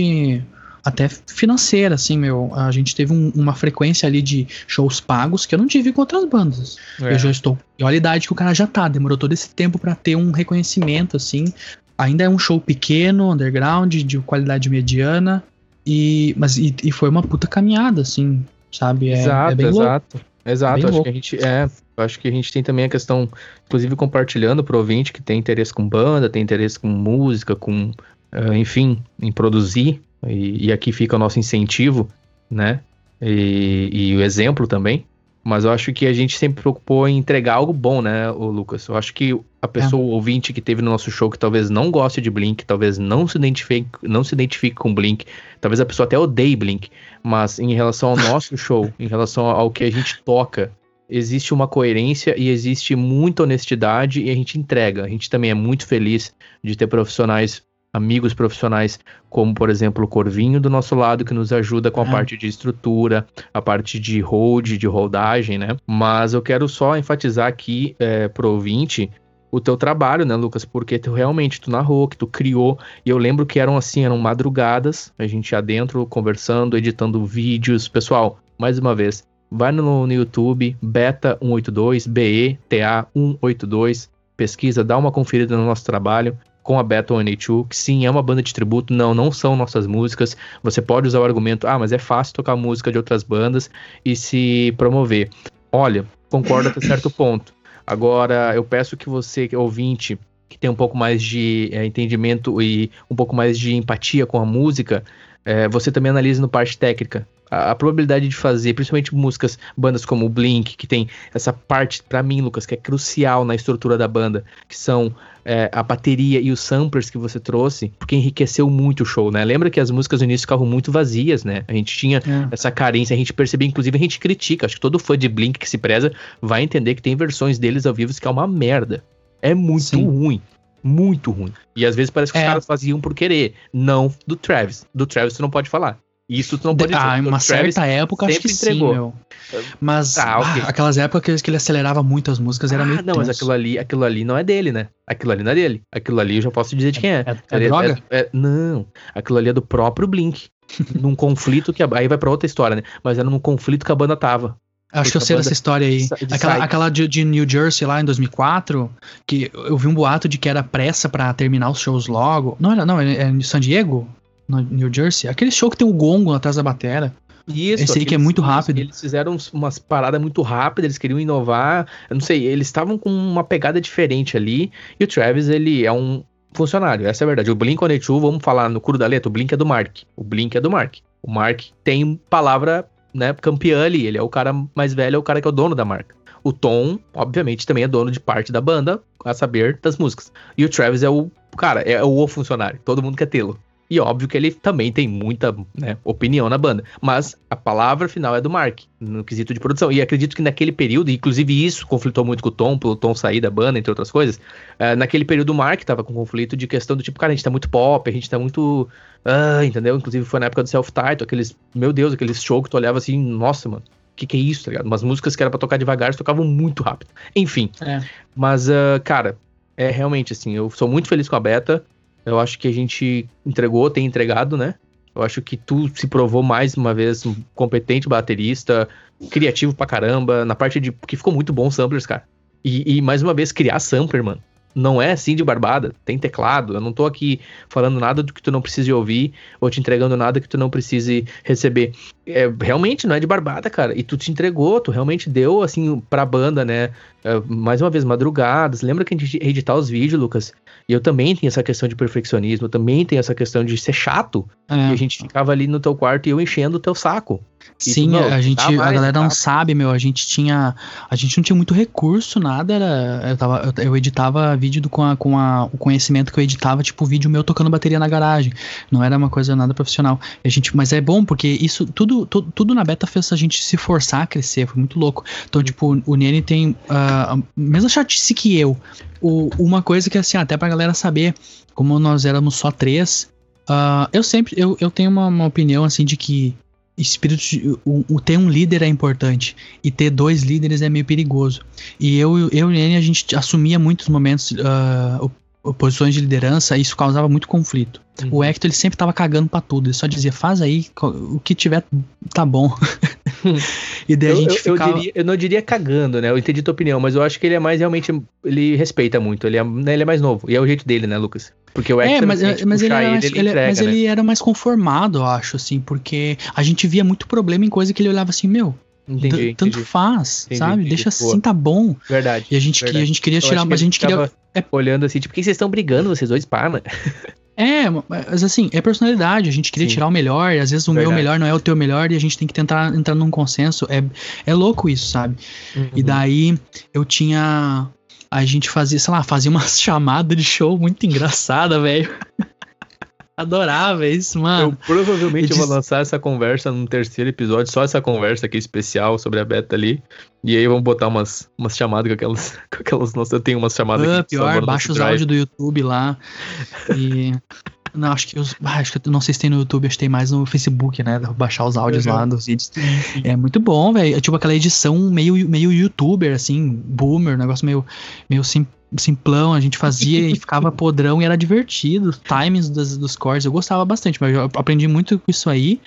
Speaker 3: até financeira, assim, a gente teve uma frequência ali de shows pagos que eu não tive com outras bandas. Eu já estou, e olha a idade que o cara já demorou todo esse tempo pra ter um reconhecimento, assim, ainda é um show pequeno, underground, de qualidade mediana, mas foi uma puta caminhada, assim, sabe, é bem louco.
Speaker 2: Exato, acho que a gente tem também a questão, inclusive compartilhando pro ouvinte que tem interesse com banda, tem interesse com música, enfim, em produzir, e aqui fica o nosso incentivo, né, e o exemplo também, mas eu acho que a gente sempre preocupou em entregar algo bom, né, o Lucas? Eu acho que a pessoa, o ouvinte que teve no nosso show, que talvez não goste de Blink, talvez não se identifique com Blink, talvez a pessoa até odeie Blink, mas em relação ao nosso show, em relação ao que a gente toca, existe uma coerência e existe muita honestidade e a gente entrega. A gente também é muito feliz de ter amigos profissionais, como por exemplo o Corvinho do nosso lado, que nos ajuda com a parte de estrutura, a parte de de holdagem, né? Mas eu quero só enfatizar aqui pro ouvinte o teu trabalho, né, Lucas? Porque tu narrou, que tu criou, e eu lembro que eram madrugadas, a gente ia dentro, conversando, editando vídeos. Pessoal, mais uma vez, vai no YouTube, Beta 182, BETA 182, pesquisa, dá uma conferida no nosso trabalho com a Beta 182, que sim, é uma banda de tributo, não são nossas músicas. Você pode usar o argumento, mas é fácil tocar música de outras bandas e se promover. Olha, concordo até certo ponto. Agora, eu peço que você, ouvinte, que tem um pouco mais de entendimento e um pouco mais de empatia com a música, você também analise no parte técnica. A probabilidade de fazer, principalmente bandas como o Blink, que tem essa parte, pra mim, Lucas, que é crucial na estrutura da banda, que são a bateria e os samplers que você trouxe, porque enriqueceu muito o show, né? Lembra que as músicas no início ficavam muito vazias, né? A gente tinha essa carência, a gente percebia, inclusive a gente critica, acho que todo fã de Blink que se preza vai entender que tem versões deles ao vivo que é uma merda. É muito ruim. Muito ruim. E às vezes parece que os caras faziam por querer. Não do Travis. Do Travis tu não pode falar. Isso tu não pode dizer.
Speaker 3: Em uma certa época acho que entregou. Sim, meu. Mas okay. Aquelas épocas que ele acelerava muito as músicas era meio tenso.
Speaker 2: Mas aquilo ali não é dele, né? Aquilo ali não é dele. Aquilo ali eu já posso dizer de quem é.
Speaker 3: É droga?
Speaker 2: Não. Aquilo ali é do próprio Blink. Num conflito que... Aí vai pra outra história, né? Mas era num conflito que a banda tava.
Speaker 3: Acho que eu sei dessa história aí. Aquela de New Jersey lá em 2004, que eu vi um boato de que era pressa pra terminar os shows logo. Não, é em San Diego? No New Jersey? Aquele show que tem o gongo atrás da batera.
Speaker 2: Isso,
Speaker 3: esse aí que é muito rápido.
Speaker 2: Eles fizeram umas paradas muito rápidas, eles queriam inovar. Eu não sei, eles estavam com uma pegada diferente ali. E o Travis, ele é um funcionário, essa é a verdade. O Blink-182, vamos falar no curo da letra, o Blink é do Mark. O Mark tem palavra, né, campeã ali. Ele é o cara mais velho, é o cara que é o dono da marca. O Tom, obviamente, também é dono de parte da banda, a saber, das músicas. E o Travis é o cara, é o funcionário. Todo mundo quer tê-lo. E óbvio que ele também tem muita, né, opinião na banda. Mas a palavra final é do Mark, no quesito de produção. E acredito que naquele período, inclusive isso conflitou muito com o Tom, pelo Tom sair da banda, entre outras coisas. Naquele período o Mark tava com conflito de questão do tipo, cara, a gente tá muito pop, a gente tá muito... entendeu? Inclusive foi na época do Self-Title, aqueles shows que tu olhava assim, nossa, mano, que é isso, tá ligado? Umas músicas que era pra tocar devagar, tocavam muito rápido. Enfim. Mas, cara, realmente, assim, eu sou muito feliz com a Beta. Eu acho que a gente tem entregado, né? Eu acho que tu se provou mais uma vez um competente baterista, criativo pra caramba, na parte de... que ficou muito bom os samplers, cara. E mais uma vez, criar sampler, mano. Não é assim de barbada, tem teclado. Eu não tô aqui falando nada do que tu não precise ouvir, ou te entregando nada que tu não precise receber. Realmente não é de barbada, cara. E tu te entregou, tu realmente deu, assim, pra banda, né? Mais uma vez, madrugadas. Lembra que a gente ia editar os vídeos, Lucas? E eu também tenho essa questão de perfeccionismo, eu também tenho essa questão de ser chato. E a gente ficava ali no teu quarto e eu enchendo o teu saco.
Speaker 3: Sim, a galera não sabe, meu, a gente não tinha muito recurso, nada, eu editava vídeo com o conhecimento que eu editava, tipo, vídeo meu tocando bateria na garagem, não era uma coisa nada profissional, mas é bom, porque isso, tudo na Beta fez a gente se forçar a crescer, foi muito louco, então, tipo, o Nene tem a mesma chatice que eu, uma coisa que, assim, até pra galera saber, como nós éramos só 3, eu tenho uma opinião, assim, de que ter um líder é importante e ter 2 líderes é meio perigoso. E eu e o Nene, a gente assumia muitos momentos posições de liderança e isso causava muito conflito. O Hector, ele sempre tava cagando pra tudo, ele só dizia, faz aí, o que tiver tá bom. E daí a gente ficava...
Speaker 2: eu não diria cagando, né? Eu entendi tua opinião, mas eu acho que ele é mais realmente, ele respeita muito, ele é mais novo, e é o jeito dele, né, Lucas? Porque o Hector,
Speaker 3: mas ele era mais conformado, eu acho, assim, porque a gente via muito problema em coisa que ele olhava assim, meu, tanto faz, sabe? Deixa assim, tá bom.
Speaker 2: Verdade.
Speaker 3: E a gente queria tirar, mas a gente queria...
Speaker 2: olhando assim, tipo, por que vocês estão brigando, vocês dois, pá, mano?
Speaker 3: Mas assim, é personalidade, a gente queria tirar o melhor, e às vezes o meu melhor não é o teu melhor, e a gente tem que tentar entrar num consenso, é louco isso, sabe? E daí, a gente fazia umas chamadas de show muito engraçada, velho. Adorava isso, mano.
Speaker 2: Eu provavelmente vou lançar essa conversa num terceiro episódio, só essa conversa aqui especial sobre a Beta ali. E aí vamos botar umas chamadas com aquelas. Nossa, eu tenho umas chamadas aqui.
Speaker 3: Pior, baixa os áudios do YouTube lá. E. Não, acho que não sei se tem no YouTube, acho que tem mais no Facebook, né? Baixar os áudios lá dos vídeos. É muito bom, velho. É tipo aquela edição meio youtuber, assim, boomer, negócio meio simplão, a gente fazia e ficava podrão e era divertido. Os timings dos cores, eu gostava bastante, mas eu aprendi muito com isso aí.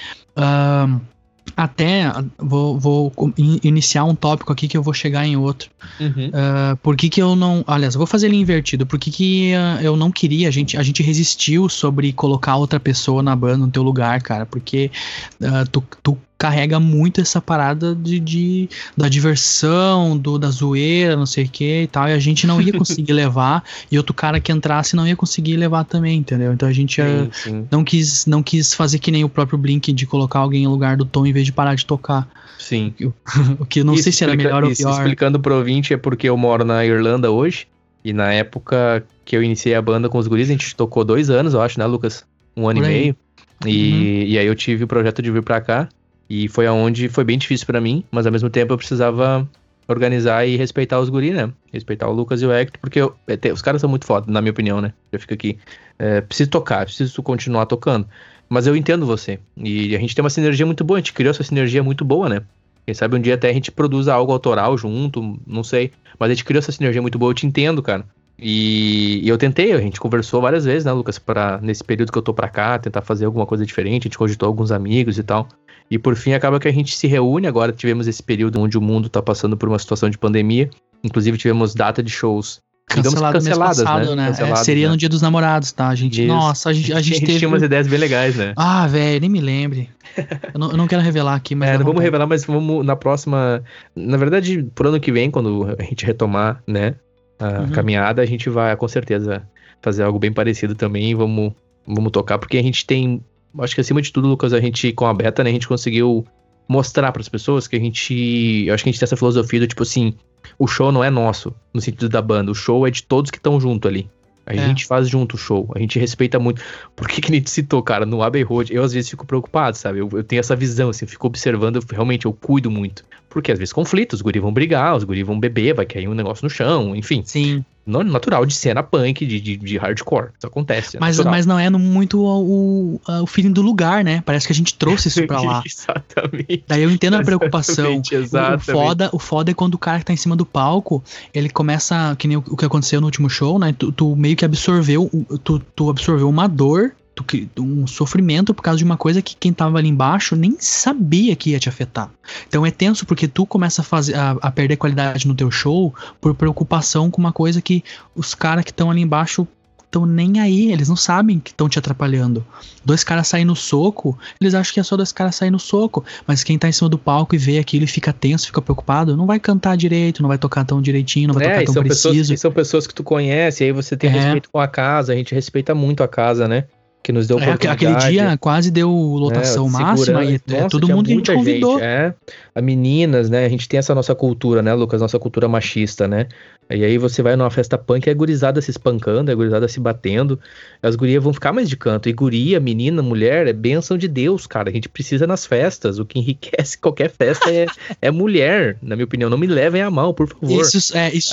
Speaker 3: Até vou iniciar um tópico aqui que eu vou chegar em outro. Por que eu não... Aliás, eu vou fazer ele invertido. Por que eu não queria... A gente resistiu sobre colocar outra pessoa na banda no teu lugar, cara. Porque tu carrega muito essa parada da diversão, da zoeira, não sei o que e tal. E a gente não ia conseguir levar. E outro cara que entrasse não ia conseguir levar também, entendeu? Então a gente não quis fazer que nem o próprio Blink de colocar alguém no lugar do Tom em vez de parar de tocar.
Speaker 2: Sim.
Speaker 3: O que eu não sei se era melhor ou pior.
Speaker 2: Explicando pro ouvinte, é porque eu moro na Irlanda hoje. E na época que eu iniciei a banda com os guris, a gente tocou 2 anos, eu acho, né, Lucas? 1 ano e meio. E aí eu tive o projeto de vir pra cá. E foi aonde foi bem difícil pra mim, mas ao mesmo tempo eu precisava organizar e respeitar os guri, né? Respeitar o Lucas e o Hector, porque os caras são muito foda, na minha opinião, né? Eu fico aqui, preciso tocar, preciso continuar tocando. Mas eu entendo você, e a gente tem uma sinergia muito boa, a gente criou essa sinergia muito boa, né? Quem sabe um dia até a gente produza algo autoral junto, não sei. Mas a gente criou essa sinergia muito boa, eu te entendo, cara. E eu tentei, a gente conversou várias vezes, né, Lucas? Nesse período que eu tô pra cá, tentar fazer alguma coisa diferente, a gente cogitou alguns amigos e tal. E por fim acaba que a gente se reúne, agora tivemos esse período onde o mundo tá passando por uma situação de pandemia. Inclusive tivemos data de shows canceladas, né? Canceladas,
Speaker 3: seria no Dia dos Namorados, tá? A gente
Speaker 2: tinha umas ideias bem legais, né?
Speaker 3: Ah, velho, nem me lembre. Eu não quero revelar aqui, mas...
Speaker 2: não vamos revelar, mas vamos na próxima... Na verdade, pro ano que vem, quando a gente retomar, né, a caminhada, a gente vai, com certeza, fazer algo bem parecido também e vamos tocar, porque a gente tem... Acho que acima de tudo, Lucas, a gente, com a Beta, né, a gente conseguiu mostrar pras pessoas que eu acho que a gente tem essa filosofia do tipo assim, o show não é nosso, no sentido da banda, o show é de todos que estão junto ali. A gente faz junto o show, a gente respeita muito. Por que nem te citou, cara, no Abbey Road, eu às vezes fico preocupado, sabe? Eu tenho essa visão, assim, eu fico observando, realmente eu cuido muito. Porque às vezes conflitos, os guri vão brigar, os guri vão beber, vai cair um negócio no chão, enfim.
Speaker 3: Sim.
Speaker 2: Natural de cena punk, de hardcore. Isso acontece.
Speaker 3: Mas não é muito o feeling do lugar, né? Parece que a gente trouxe isso pra lá.
Speaker 2: Exatamente.
Speaker 3: Daí eu entendo a preocupação.
Speaker 2: Exatamente.
Speaker 3: O foda é quando o cara que tá em cima do palco, ele começa, que nem o que aconteceu no último show, né? Tu meio que absorveu, tu absorveu uma dor, um sofrimento por causa de uma coisa que quem tava ali embaixo nem sabia que ia te afetar. Então é tenso porque tu começa a perder qualidade no teu show por preocupação com uma coisa que os caras que estão ali embaixo estão nem aí, eles não sabem que estão te atrapalhando. 2 caras saem no soco, eles acham que é só 2 caras sair no soco, mas quem tá em cima do palco e vê aquilo e fica tenso, fica preocupado, não vai cantar direito, não vai tocar tão direitinho, não vai tocar tão preciso.
Speaker 2: São pessoas que tu conhece, aí você tem respeito com a casa, a gente respeita muito a casa, né? Que nos deu oportunidade.
Speaker 3: Aquele dia quase deu lotação máxima e todo mundo que a gente convidou.
Speaker 2: A meninas, né? A gente tem essa nossa cultura, né, Lucas? Nossa cultura machista, né? E aí você vai numa festa punk, é gurizada se espancando, é gurizada se batendo, as gurias vão ficar mais de canto. E guria, menina, mulher, é bênção de Deus, cara. A gente precisa nas festas. O que enriquece qualquer festa é mulher, na minha opinião. Não me levem a mal, por favor.
Speaker 3: Isso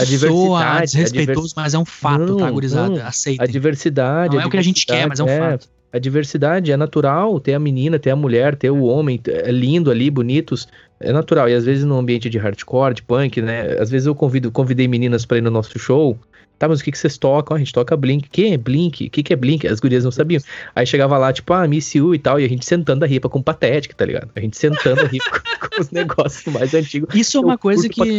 Speaker 3: soa desrespeitoso, mas é um fato, tá, gurizada? Aceita.
Speaker 2: A diversidade.
Speaker 3: Não é o que a gente quer, mas é um fato.
Speaker 2: A diversidade é natural, ter a menina, ter a mulher, ter o homem, é lindo ali, bonitos, é natural. E às vezes no ambiente de hardcore, de punk, né, às vezes eu convidei meninas pra ir no nosso show, tá, mas o que vocês tocam? A gente toca Blink. Quem é Blink? O que é Blink? As gurias não sabiam. Aí chegava lá, tipo, Miss You e tal, e a gente sentando a ripa com Pathetic, tá ligado? A gente sentando a ripa com os negócios mais antigos.
Speaker 3: Isso é uma coisa que...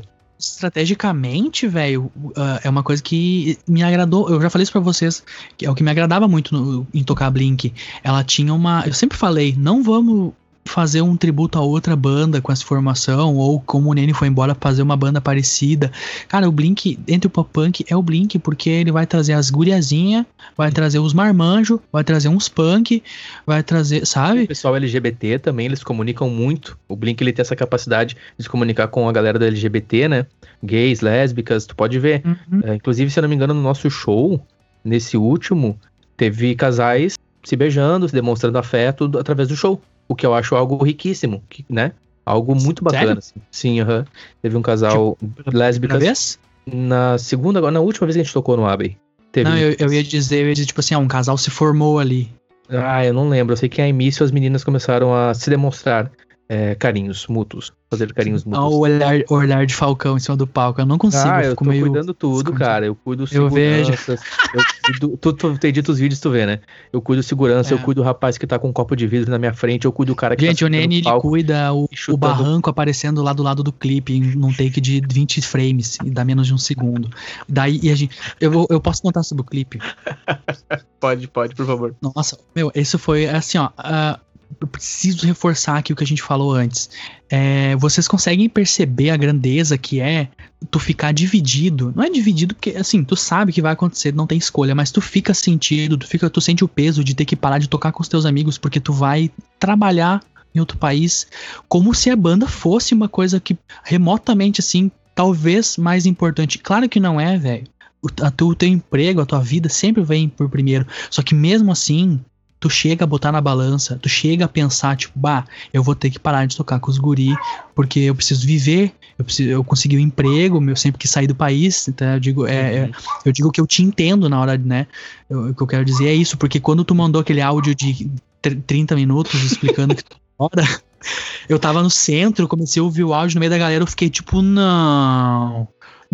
Speaker 3: Estrategicamente, velho, é uma coisa que me agradou. Eu já falei isso pra vocês, que é o que me agradava muito em tocar Blink. Ela tinha uma... Eu sempre falei, não vamos fazer um tributo a outra banda com essa formação, ou como o Nene foi embora, fazer uma banda parecida. Cara, o Blink, entre o pop punk, é o Blink, porque ele vai trazer as guriazinhas, vai trazer os marmanjos, vai trazer uns punk, vai trazer, sabe?
Speaker 2: O pessoal LGBT também, eles comunicam muito. O Blink, ele tem essa capacidade de se comunicar com a galera da LGBT, né? Gays, lésbicas, tu pode ver. Inclusive, se eu não me engano, no nosso show, nesse último, teve casais se beijando, se demonstrando afeto através do show. O que eu acho algo riquíssimo, né? Algo muito bacana. Assim. Sim, Teve um casal lésbicas.
Speaker 3: Vez?
Speaker 2: Na última vez que a gente tocou no Abbey.
Speaker 3: Não, eu ia dizer, tipo assim, um casal se formou ali.
Speaker 2: Eu não lembro. Eu sei que a início as meninas começaram a se demonstrar carinhos mútuos. Fazer carinhos mútuos.
Speaker 3: O olhar de Falcão em cima do palco. Eu não consigo.
Speaker 2: Eu tô cuidando tudo, cara. Eu cuido seguranças. Tu tem dito os vídeos, tu vê, né? Eu cuido segurança, eu cuido do rapaz que tá com um copo de vidro na minha frente, eu cuido do cara que
Speaker 3: tá... Gente, o Nene, ele cuida o barranco aparecendo lá do lado do clipe num take de 20 frames e dá menos de 1 segundo. Daí, eu posso contar sobre o clipe?
Speaker 2: Pode, por favor.
Speaker 3: Nossa, isso foi assim, ó... Eu preciso reforçar aqui o que a gente falou antes. Vocês conseguem perceber a grandeza que é tu ficar dividido? Não é dividido porque, assim, tu sabe que vai acontecer, não tem escolha, mas tu fica sentido, tu sente o peso de ter que parar de tocar com os teus amigos porque tu vai trabalhar em outro país, como se a banda fosse uma coisa que remotamente, assim, talvez mais importante. Claro que não é, velho. O teu emprego, a tua vida sempre vem por primeiro. Só que mesmo assim... Tu chega a botar na balança, tu chega a pensar, tipo, eu vou ter que parar de tocar com os guri, porque eu preciso viver, eu consegui um emprego, eu sempre quis sair do país, então eu digo, eu digo que eu te entendo na hora, né, o que eu quero dizer é isso, porque quando tu mandou aquele áudio de 30 minutos explicando que tu fora, eu tava no centro, comecei a ouvir o áudio no meio da galera, eu fiquei tipo, não,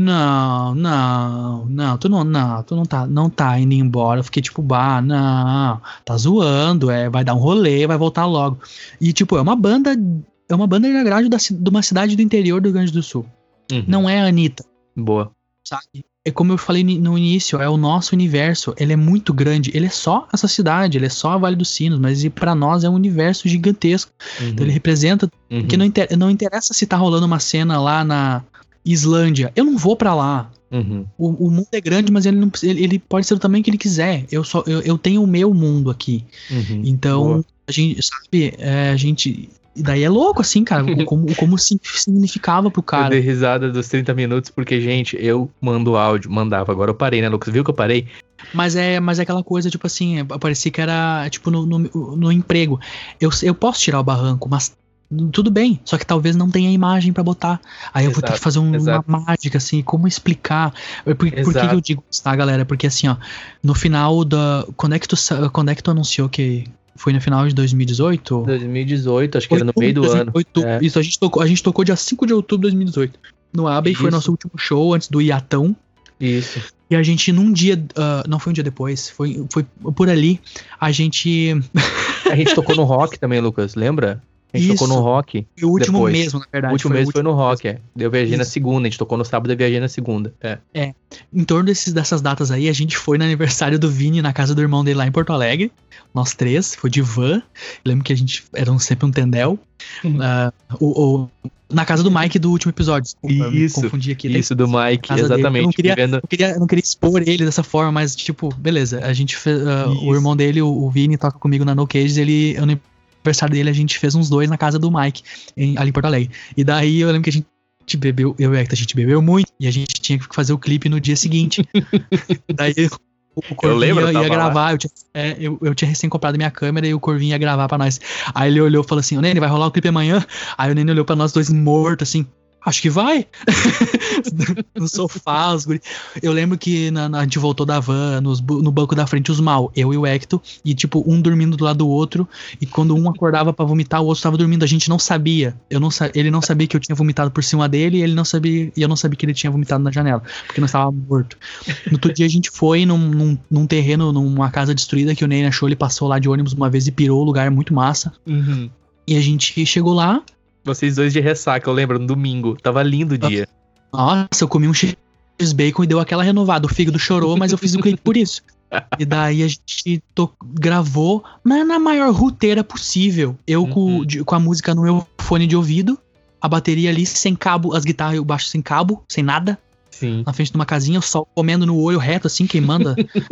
Speaker 3: tu não tá indo embora. Eu fiquei tipo, não, tá zoando, vai dar um rolê, vai voltar logo. E tipo, é uma banda de grade de uma cidade do interior do Rio Grande do Sul. Não é a Anitta.
Speaker 2: Boa.
Speaker 3: Sabe? É como eu falei no início, é o nosso universo, ele é muito grande, ele é só essa cidade, ele é só a Vale dos Sinos, mas pra nós é um universo gigantesco. Então ele representa, que não interessa se tá rolando uma cena lá na Islândia, eu não vou pra lá. O mundo é grande, mas ele pode ser o tamanho que ele quiser. Eu tenho o meu mundo aqui. Então, a gente sabe, E daí é louco, assim, cara, como significava pro
Speaker 2: Eu
Speaker 3: cara.
Speaker 2: dei risada dos 30 minutos porque, gente, eu mando áudio, mandava. Agora eu parei, né, Lucas? Viu que eu parei?
Speaker 3: Mas é aquela coisa, tipo assim, parecia que era, tipo, no emprego. Eu posso tirar o barranco, mas tudo bem, só que talvez não tenha imagem pra botar. Aí eu vou ter que fazer uma mágica, assim, como explicar. Por que eu digo isso, tá, galera? Porque assim, ó, no final da... Quando é que tu anunciou que foi no final de 2018?
Speaker 2: 2018, acho que era no meio do 2018, ano.
Speaker 3: Isso, a gente tocou dia 5 de outubro de 2018. No Abbey, foi nosso último show antes do Iatão.
Speaker 2: Isso.
Speaker 3: E a gente, num dia... não foi um dia depois, foi por ali, a gente...
Speaker 2: A gente tocou no Rock também, Lucas, lembra? A gente tocou no Rock.
Speaker 3: E o último mesmo, na verdade.
Speaker 2: O último mês foi no Rock, Eu viajei na segunda, a gente tocou no sábado e viajei na segunda.
Speaker 3: Em torno dessas datas aí, a gente foi no aniversário do Vini na casa do irmão dele lá em Porto Alegre. Nós três, foi de van. Eu lembro que a gente era sempre um tendel. Na casa do Mike do último episódio. Desculpa,
Speaker 2: isso,
Speaker 3: confundi aqui.
Speaker 2: Isso, do Mike, exatamente.
Speaker 3: Eu não queria expor ele dessa forma, mas tipo, beleza. A gente fez, o irmão dele, o Vini, toca comigo na No Cage, no aniversário dele, a gente fez uns dois na casa do Mike, ali em Porto Alegre. E daí eu lembro que a gente bebeu, a gente bebeu muito, e a gente tinha que fazer o clipe no dia seguinte. Daí o Corvinho ia gravar, eu tinha recém comprado minha câmera e o Corvinho ia gravar pra nós. Aí ele olhou e falou assim, ô Nene, vai rolar o clipe amanhã? Aí o Nene olhou pra nós dois mortos, assim, acho que vai. No sofá, os guri. Eu lembro que a gente voltou da van, no banco da frente, os mal, eu e o Hector, e tipo, um dormindo do lado do outro, e quando um acordava pra vomitar, o outro tava dormindo, a gente não sabia. Ele não sabia que eu tinha vomitado por cima dele, e ele não sabia, e eu não sabia que ele tinha vomitado na janela, porque nós estava morto. No outro dia a gente foi num terreno, numa casa destruída que o Ney achou, ele passou lá de ônibus uma vez e pirou o lugar, muito massa.
Speaker 2: Uhum.
Speaker 3: E a gente chegou lá.
Speaker 2: Vocês dois de ressaca, eu lembro, no domingo. Tava lindo o dia.
Speaker 3: Nossa, eu comi um X-Bacon e deu aquela renovada. O fígado chorou, mas eu fiz o clipe por isso. E daí a gente gravou, mas na maior ruteira possível. Eu com a música no meu fone de ouvido, a bateria ali sem cabo, as guitarras e o baixo sem cabo, sem nada.
Speaker 2: Sim.
Speaker 3: Na frente de uma casinha, o sol comendo no olho reto, assim, queimando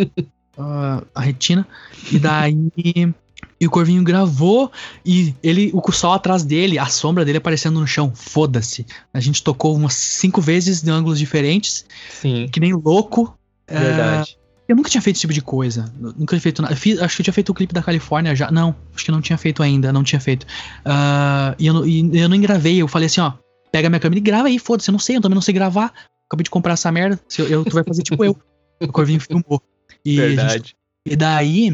Speaker 3: a retina. E daí... E o Corvinho gravou e o sol atrás dele, a sombra dele aparecendo no chão. Foda-se. A gente tocou umas 5 vezes em ângulos diferentes.
Speaker 2: Sim.
Speaker 3: Que nem louco.
Speaker 2: Verdade.
Speaker 3: Eu nunca tinha feito esse tipo de coisa. Nunca tinha feito nada. Acho que eu tinha feito o clipe da Califórnia já. Não, acho que não tinha feito ainda. Não tinha feito. E eu não engravei. Eu falei assim, ó. Pega minha câmera e grava aí, foda-se. Eu não sei, eu também não sei gravar. Acabei de comprar essa merda. Tu vai fazer tipo eu. O Corvinho filmou.
Speaker 2: Verdade.
Speaker 3: E daí...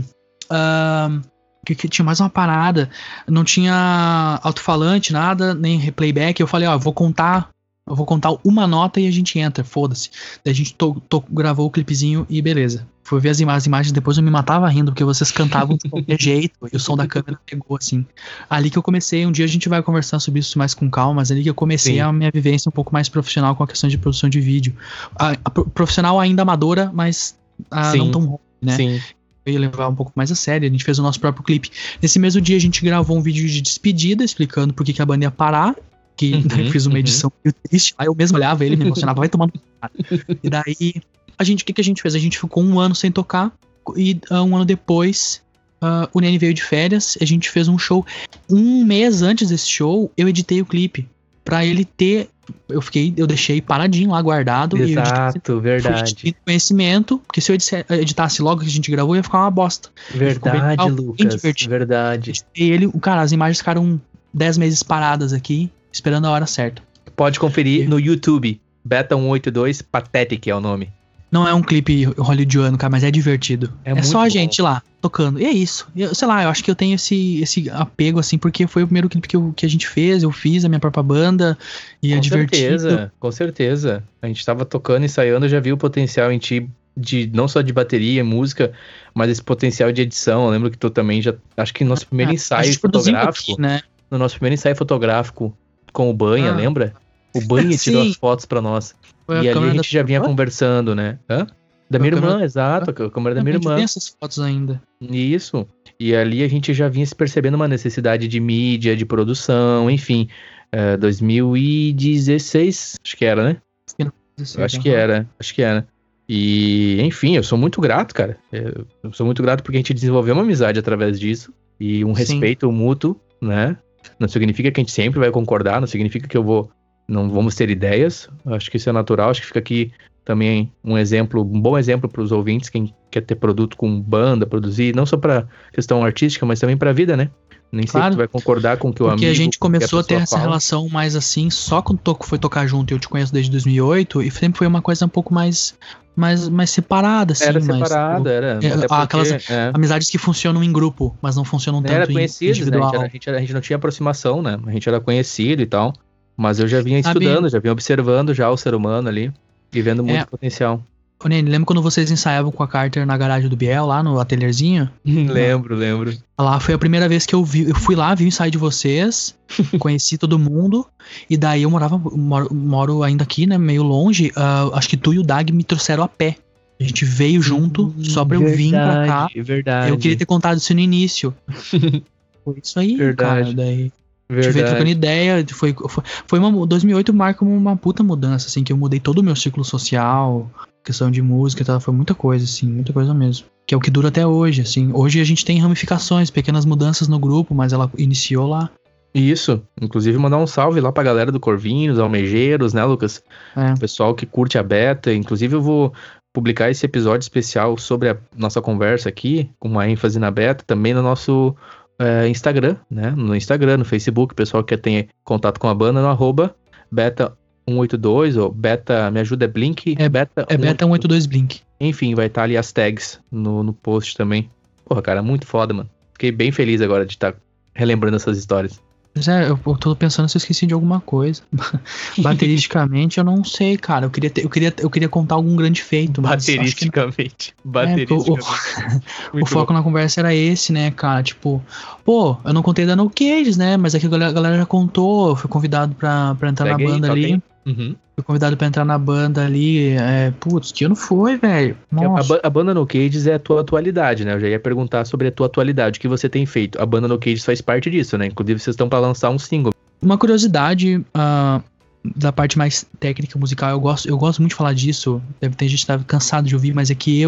Speaker 3: que tinha mais uma parada, não tinha alto-falante, nada, nem playback. Eu falei, ó, eu vou contar uma nota e a gente entra, foda-se. Daí a gente gravou o clipezinho e beleza. Fui ver as imagens, depois eu me matava rindo, porque vocês cantavam de qualquer jeito, e o som da câmera pegou, assim. Ali que eu comecei, um dia a gente vai conversar sobre isso mais com calma, mas ali que eu comecei a minha vivência um pouco mais profissional com a questão de produção de vídeo. A profissional ainda amadora, mas não tão ruim, né? Sim. Eu ia levar um pouco mais a sério, a gente fez o nosso próprio clipe. Nesse mesmo dia a gente gravou um vídeo de despedida, explicando por que a banda ia parar, que eu fiz uma edição meio triste, aí eu mesmo olhava ele, me emocionava, vai tomando. E daí, o que a gente fez? A gente ficou 1 ano sem tocar, e 1 ano depois, o Nene veio de férias, a gente fez um show. 1 mês antes desse show, eu editei o clipe, pra ele ter... Eu deixei paradinho lá, guardado.
Speaker 2: Exato, verdade.
Speaker 3: Fui conhecimento, porque se eu editasse logo que a gente gravou, ia ficar uma bosta.
Speaker 2: Verdade, Lucas, verdade.
Speaker 3: E as imagens ficaram 10 meses paradas aqui, esperando a hora certa.
Speaker 2: Pode conferir no YouTube, Beta 182, Pathetic é o nome.
Speaker 3: Não é um clipe hollywoodiano, cara, mas é divertido. É só a gente lá, tocando. E é isso. Sei lá, eu acho que eu tenho esse apego, assim, porque foi o primeiro clipe que a gente fez, eu fiz, a minha própria banda, e é divertido.
Speaker 2: Com certeza. A gente tava tocando, ensaiando, eu já vi o potencial em ti, não só de bateria, música, mas esse potencial de edição. Eu lembro que tu também já... Acho que no nosso primeiro ensaio fotográfico...
Speaker 3: Aqui, né?
Speaker 2: No nosso primeiro ensaio fotográfico com o Banha, lembra? O Banha tirou as fotos pra nós. E ali a gente já vinha conversando, né? Da minha irmã, exato, a câmera da minha irmã.
Speaker 3: Tem essas fotos ainda.
Speaker 2: Isso. E ali a gente já vinha se percebendo uma necessidade de mídia, de produção, enfim. 2016, acho que era, né? Acho que era. E, enfim, eu sou muito grato, cara. Eu sou muito grato porque a gente desenvolveu uma amizade através disso. E um respeito mútuo, né? Não significa que a gente sempre vai concordar, não significa que não vamos ter ideias. Acho que isso é natural, acho que fica aqui também um bom exemplo para os ouvintes, quem quer ter produto com banda, produzir, não só para questão artística, mas também para a vida, né? Nem sempre tu vai concordar com o que o amigo...
Speaker 3: Porque a gente começou a ter essa relação mais assim, só quando foi tocar junto, eu te conheço desde 2008, e sempre foi uma coisa um pouco mais separada, assim.
Speaker 2: Era separada, era.
Speaker 3: Aquelas amizades que funcionam em grupo, mas não funcionam tanto individual.
Speaker 2: Né? A gente não tinha aproximação, né? A gente era conhecido e tal, mas eu já vinha estudando, já vinha observando já o ser humano ali, e vendo muito potencial.
Speaker 3: Ô, Nene, lembra quando vocês ensaiavam com a Carter na garagem do Biel, lá no atelierzinho?
Speaker 2: Lembro.
Speaker 3: Lá foi a primeira vez que eu fui lá, vi o ensaio de vocês, conheci todo mundo, e daí eu moro ainda aqui, né, meio longe, acho que tu e o Dag me trouxeram a pé. A gente veio junto, só pra eu vir pra cá.
Speaker 2: Verdade.
Speaker 3: Eu queria ter contado isso no início. Foi isso aí, cara, daí... A gente veio trocando ideia, foi 2008 marca uma puta mudança, assim, que eu mudei todo o meu ciclo social, questão de música e tal, foi muita coisa, assim, muita coisa mesmo. Que é o que dura até hoje, assim. Hoje a gente tem ramificações, pequenas mudanças no grupo, mas ela iniciou lá.
Speaker 2: Isso, inclusive mandar um salve lá pra galera do Corvinhos, Almejeiros, né, Lucas? O pessoal que curte a Beta, inclusive eu vou publicar esse episódio especial sobre a nossa conversa aqui, com uma ênfase na Beta, também no nosso... Instagram, né? No Instagram, no Facebook, o pessoal que quer ter contato com a banda no @beta182 ou beta, me ajuda, é Blink?
Speaker 3: Beta 182 Blink.
Speaker 2: Enfim, vai estar ali as tags no post também. Porra, cara, muito foda, mano. Fiquei bem feliz agora de estar relembrando essas histórias.
Speaker 3: Pois é, eu tô pensando se eu esqueci de alguma coisa. Bateristicamente, eu não sei, cara. Eu queria contar algum grande feito.
Speaker 2: Bateristicamente.
Speaker 3: O foco na conversa era esse, né, cara? Tipo, pô, eu não contei da No Cages, né? Mas aqui a galera já contou. Eu fui convidado pra entrar na banda ali.
Speaker 2: Uhum.
Speaker 3: Fui convidado pra entrar na banda ali. Putz, que ano foi, velho?
Speaker 2: A banda No Cages é a tua atualidade, né? Eu já ia perguntar sobre a tua atualidade, o que você tem feito. A banda No Cages faz parte disso, né? Inclusive vocês estão pra lançar um single.
Speaker 3: Uma curiosidade da parte mais técnica musical, eu gosto muito de falar disso. Deve ter gente que tá cansado de ouvir, mas é que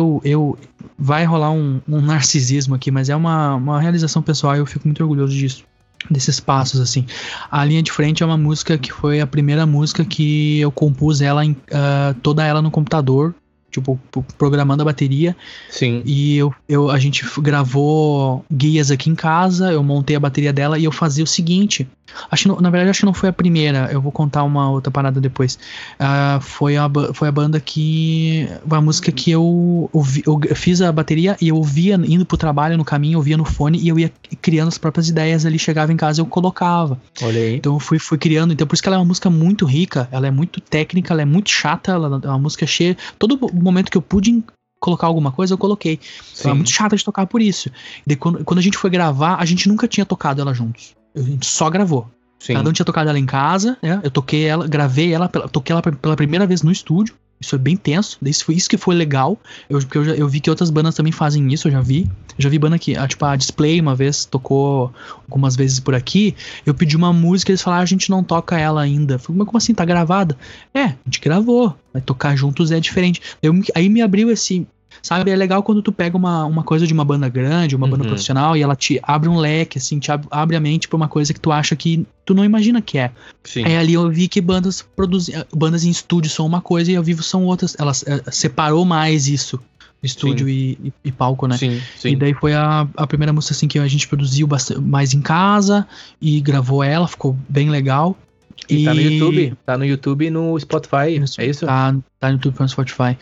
Speaker 3: vai rolar um narcisismo aqui, mas é uma realização pessoal e eu fico muito orgulhoso disso. Desses passos, assim. A Linha de Frente é uma música que foi a primeira música que eu compus toda ela no computador, tipo, programando a bateria.
Speaker 2: Sim.
Speaker 3: E a gente gravou guias aqui em casa, eu montei a bateria dela e eu fazia o seguinte. Na verdade, acho que não foi a primeira, eu vou contar uma outra parada depois. Foi a banda que... Uma música que eu fiz a bateria e eu ouvia indo pro trabalho, no caminho, eu ouvia no fone e eu ia criando as próprias ideias ali, chegava em casa e eu colocava.
Speaker 2: Olha aí.
Speaker 3: Então eu fui criando, então por isso que ela é uma música muito rica, ela é muito técnica, ela é muito chata, ela é uma música cheia... Todo momento que eu pude colocar alguma coisa, eu coloquei. Então é muito chata de tocar por isso. E quando a gente foi gravar, a gente nunca tinha tocado ela juntos. A gente só gravou.
Speaker 2: Sim.
Speaker 3: Cada um tinha tocado ela em casa, né? Eu toquei ela, gravei ela, toquei ela pela primeira vez no estúdio. Isso foi bem tenso. Isso que foi legal. Porque eu vi que outras bandas também fazem isso, eu já vi. Eu já vi banda que, tipo, a Display uma vez tocou algumas vezes por aqui. Eu pedi uma música e eles falaram, a gente não toca ela ainda. Eu falei, mas como assim? Tá gravada? A gente gravou. Mas tocar juntos é diferente. Aí me abriu esse... Sabe, é legal quando tu pega uma coisa de uma banda grande, uma banda profissional, e ela te abre um leque, assim, te abre a mente pra uma coisa que tu acha que tu não imagina que é.
Speaker 2: Sim.
Speaker 3: Aí ali eu vi que bandas em estúdio são uma coisa e ao vivo são outras. Ela separou mais isso, estúdio e palco, né?
Speaker 2: Sim.
Speaker 3: E daí foi a primeira música, assim, que a gente produziu mais em casa e gravou ela, ficou bem legal.
Speaker 2: E tá no YouTube e no Spotify, é isso?
Speaker 3: Tá no YouTube e no Spotify.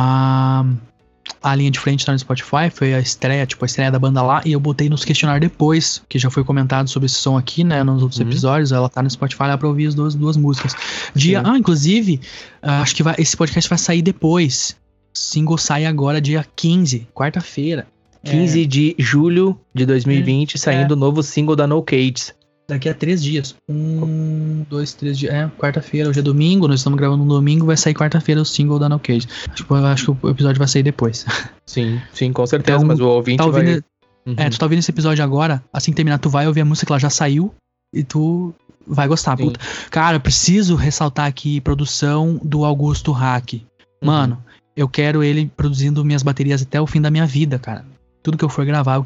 Speaker 3: A Linha de Frente tá no Spotify, foi a estreia da banda lá, e eu botei nos questionários depois, que já foi comentado sobre esse som aqui, né, nos outros episódios, ela tá no Spotify lá pra ouvir as duas músicas. Inclusive, acho que esse podcast vai sair depois. O single sai agora, dia 15, quarta-feira.
Speaker 2: 15 de julho de 2020, saindo o novo single da No Cages.
Speaker 3: Daqui a 3 dias. 2, 3 dias. Quarta-feira, hoje é domingo, nós estamos gravando no domingo, vai sair quarta-feira o single da No Cage. Acho que o episódio vai sair depois.
Speaker 2: Sim, com certeza, então, mas o ouvinte
Speaker 3: tá ouvindo,
Speaker 2: vai...
Speaker 3: tu tá ouvindo esse episódio agora, assim que terminar, tu vai ouvir a música que ela já saiu e tu vai gostar. Puta. Cara, eu preciso ressaltar aqui produção do Augusto Hack. Mano, eu quero ele produzindo minhas baterias até o fim da minha vida, cara. Tudo que eu for gravar, eu quero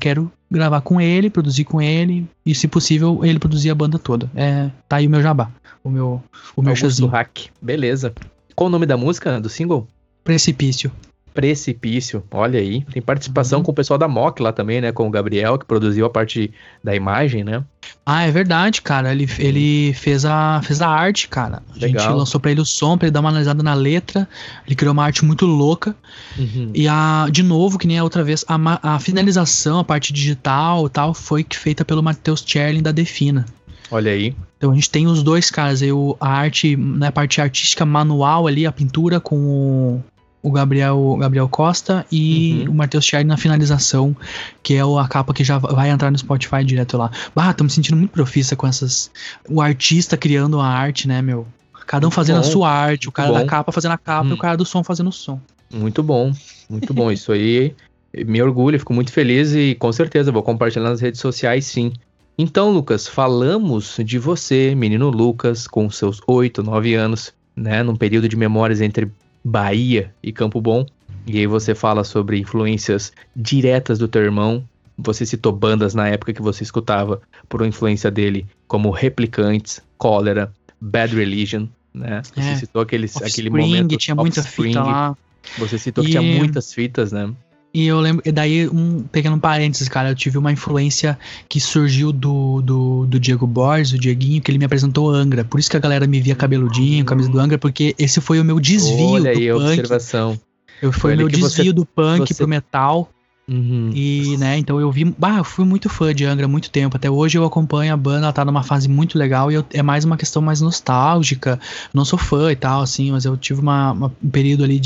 Speaker 3: gravar com ele, produzir com ele, e se possível, ele produzir a banda toda. Tá aí o meu jabá, o meu
Speaker 2: Augusto Hack, beleza. Qual o nome da música, do single?
Speaker 3: Precipício.
Speaker 2: Precipício, olha aí. Tem participação com o pessoal da Mock lá também, né? Com o Gabriel, que produziu a parte da imagem, né?
Speaker 3: Ah, é verdade, cara. Ele fez a arte, cara. A
Speaker 2: Legal.
Speaker 3: gente lançou pra ele o som, pra ele dar uma analisada na letra. Ele criou uma arte muito louca. E de novo, que nem a outra vez, a finalização, a parte digital e tal, foi feita pelo Matheus Cherlin da Defina.
Speaker 2: Olha aí.
Speaker 3: Então a gente tem os dois caras, a arte, né, a parte artística manual ali, a pintura com o Gabriel Costa e o Matheus Cherlin na finalização, que é a capa que já vai entrar no Spotify direto lá. Tô me sentindo muito profissa com o artista criando a arte, né, meu? Cada um fazendo a sua arte, o cara da capa fazendo a capa e o cara do som fazendo o som.
Speaker 2: Muito bom. Isso aí me orgulha, fico muito feliz e com certeza vou compartilhar nas redes sociais, sim. Então, Lucas, falamos de você, menino Lucas, com seus 8, 9 anos, né, num período de memórias entre Bahia e Campo Bom, e aí você fala sobre influências diretas do teu irmão. Você citou bandas na época que você escutava por influência dele, como Replicantes, Cólera, Bad Religion, né? Você citou aquele momento.
Speaker 3: Tinha muita fita lá.
Speaker 2: Você citou que tinha muitas fitas, né?
Speaker 3: E eu lembro, daí, pegando um parênteses, cara, eu tive uma influência que surgiu do Diego Borges, o Dieguinho, que ele me apresentou Angra. Por isso que a galera me via cabeludinho, camisa do Angra, porque esse foi o meu desvio.
Speaker 2: Olha
Speaker 3: do
Speaker 2: aí,
Speaker 3: punk.
Speaker 2: Observação.
Speaker 3: Foi o meu desvio do punk pro metal. E, né, então eu fui muito fã de Angra há muito tempo. Até hoje eu acompanho a banda, ela tá numa fase muito legal e é mais uma questão mais nostálgica. Não sou fã e tal, assim, mas eu tive um período ali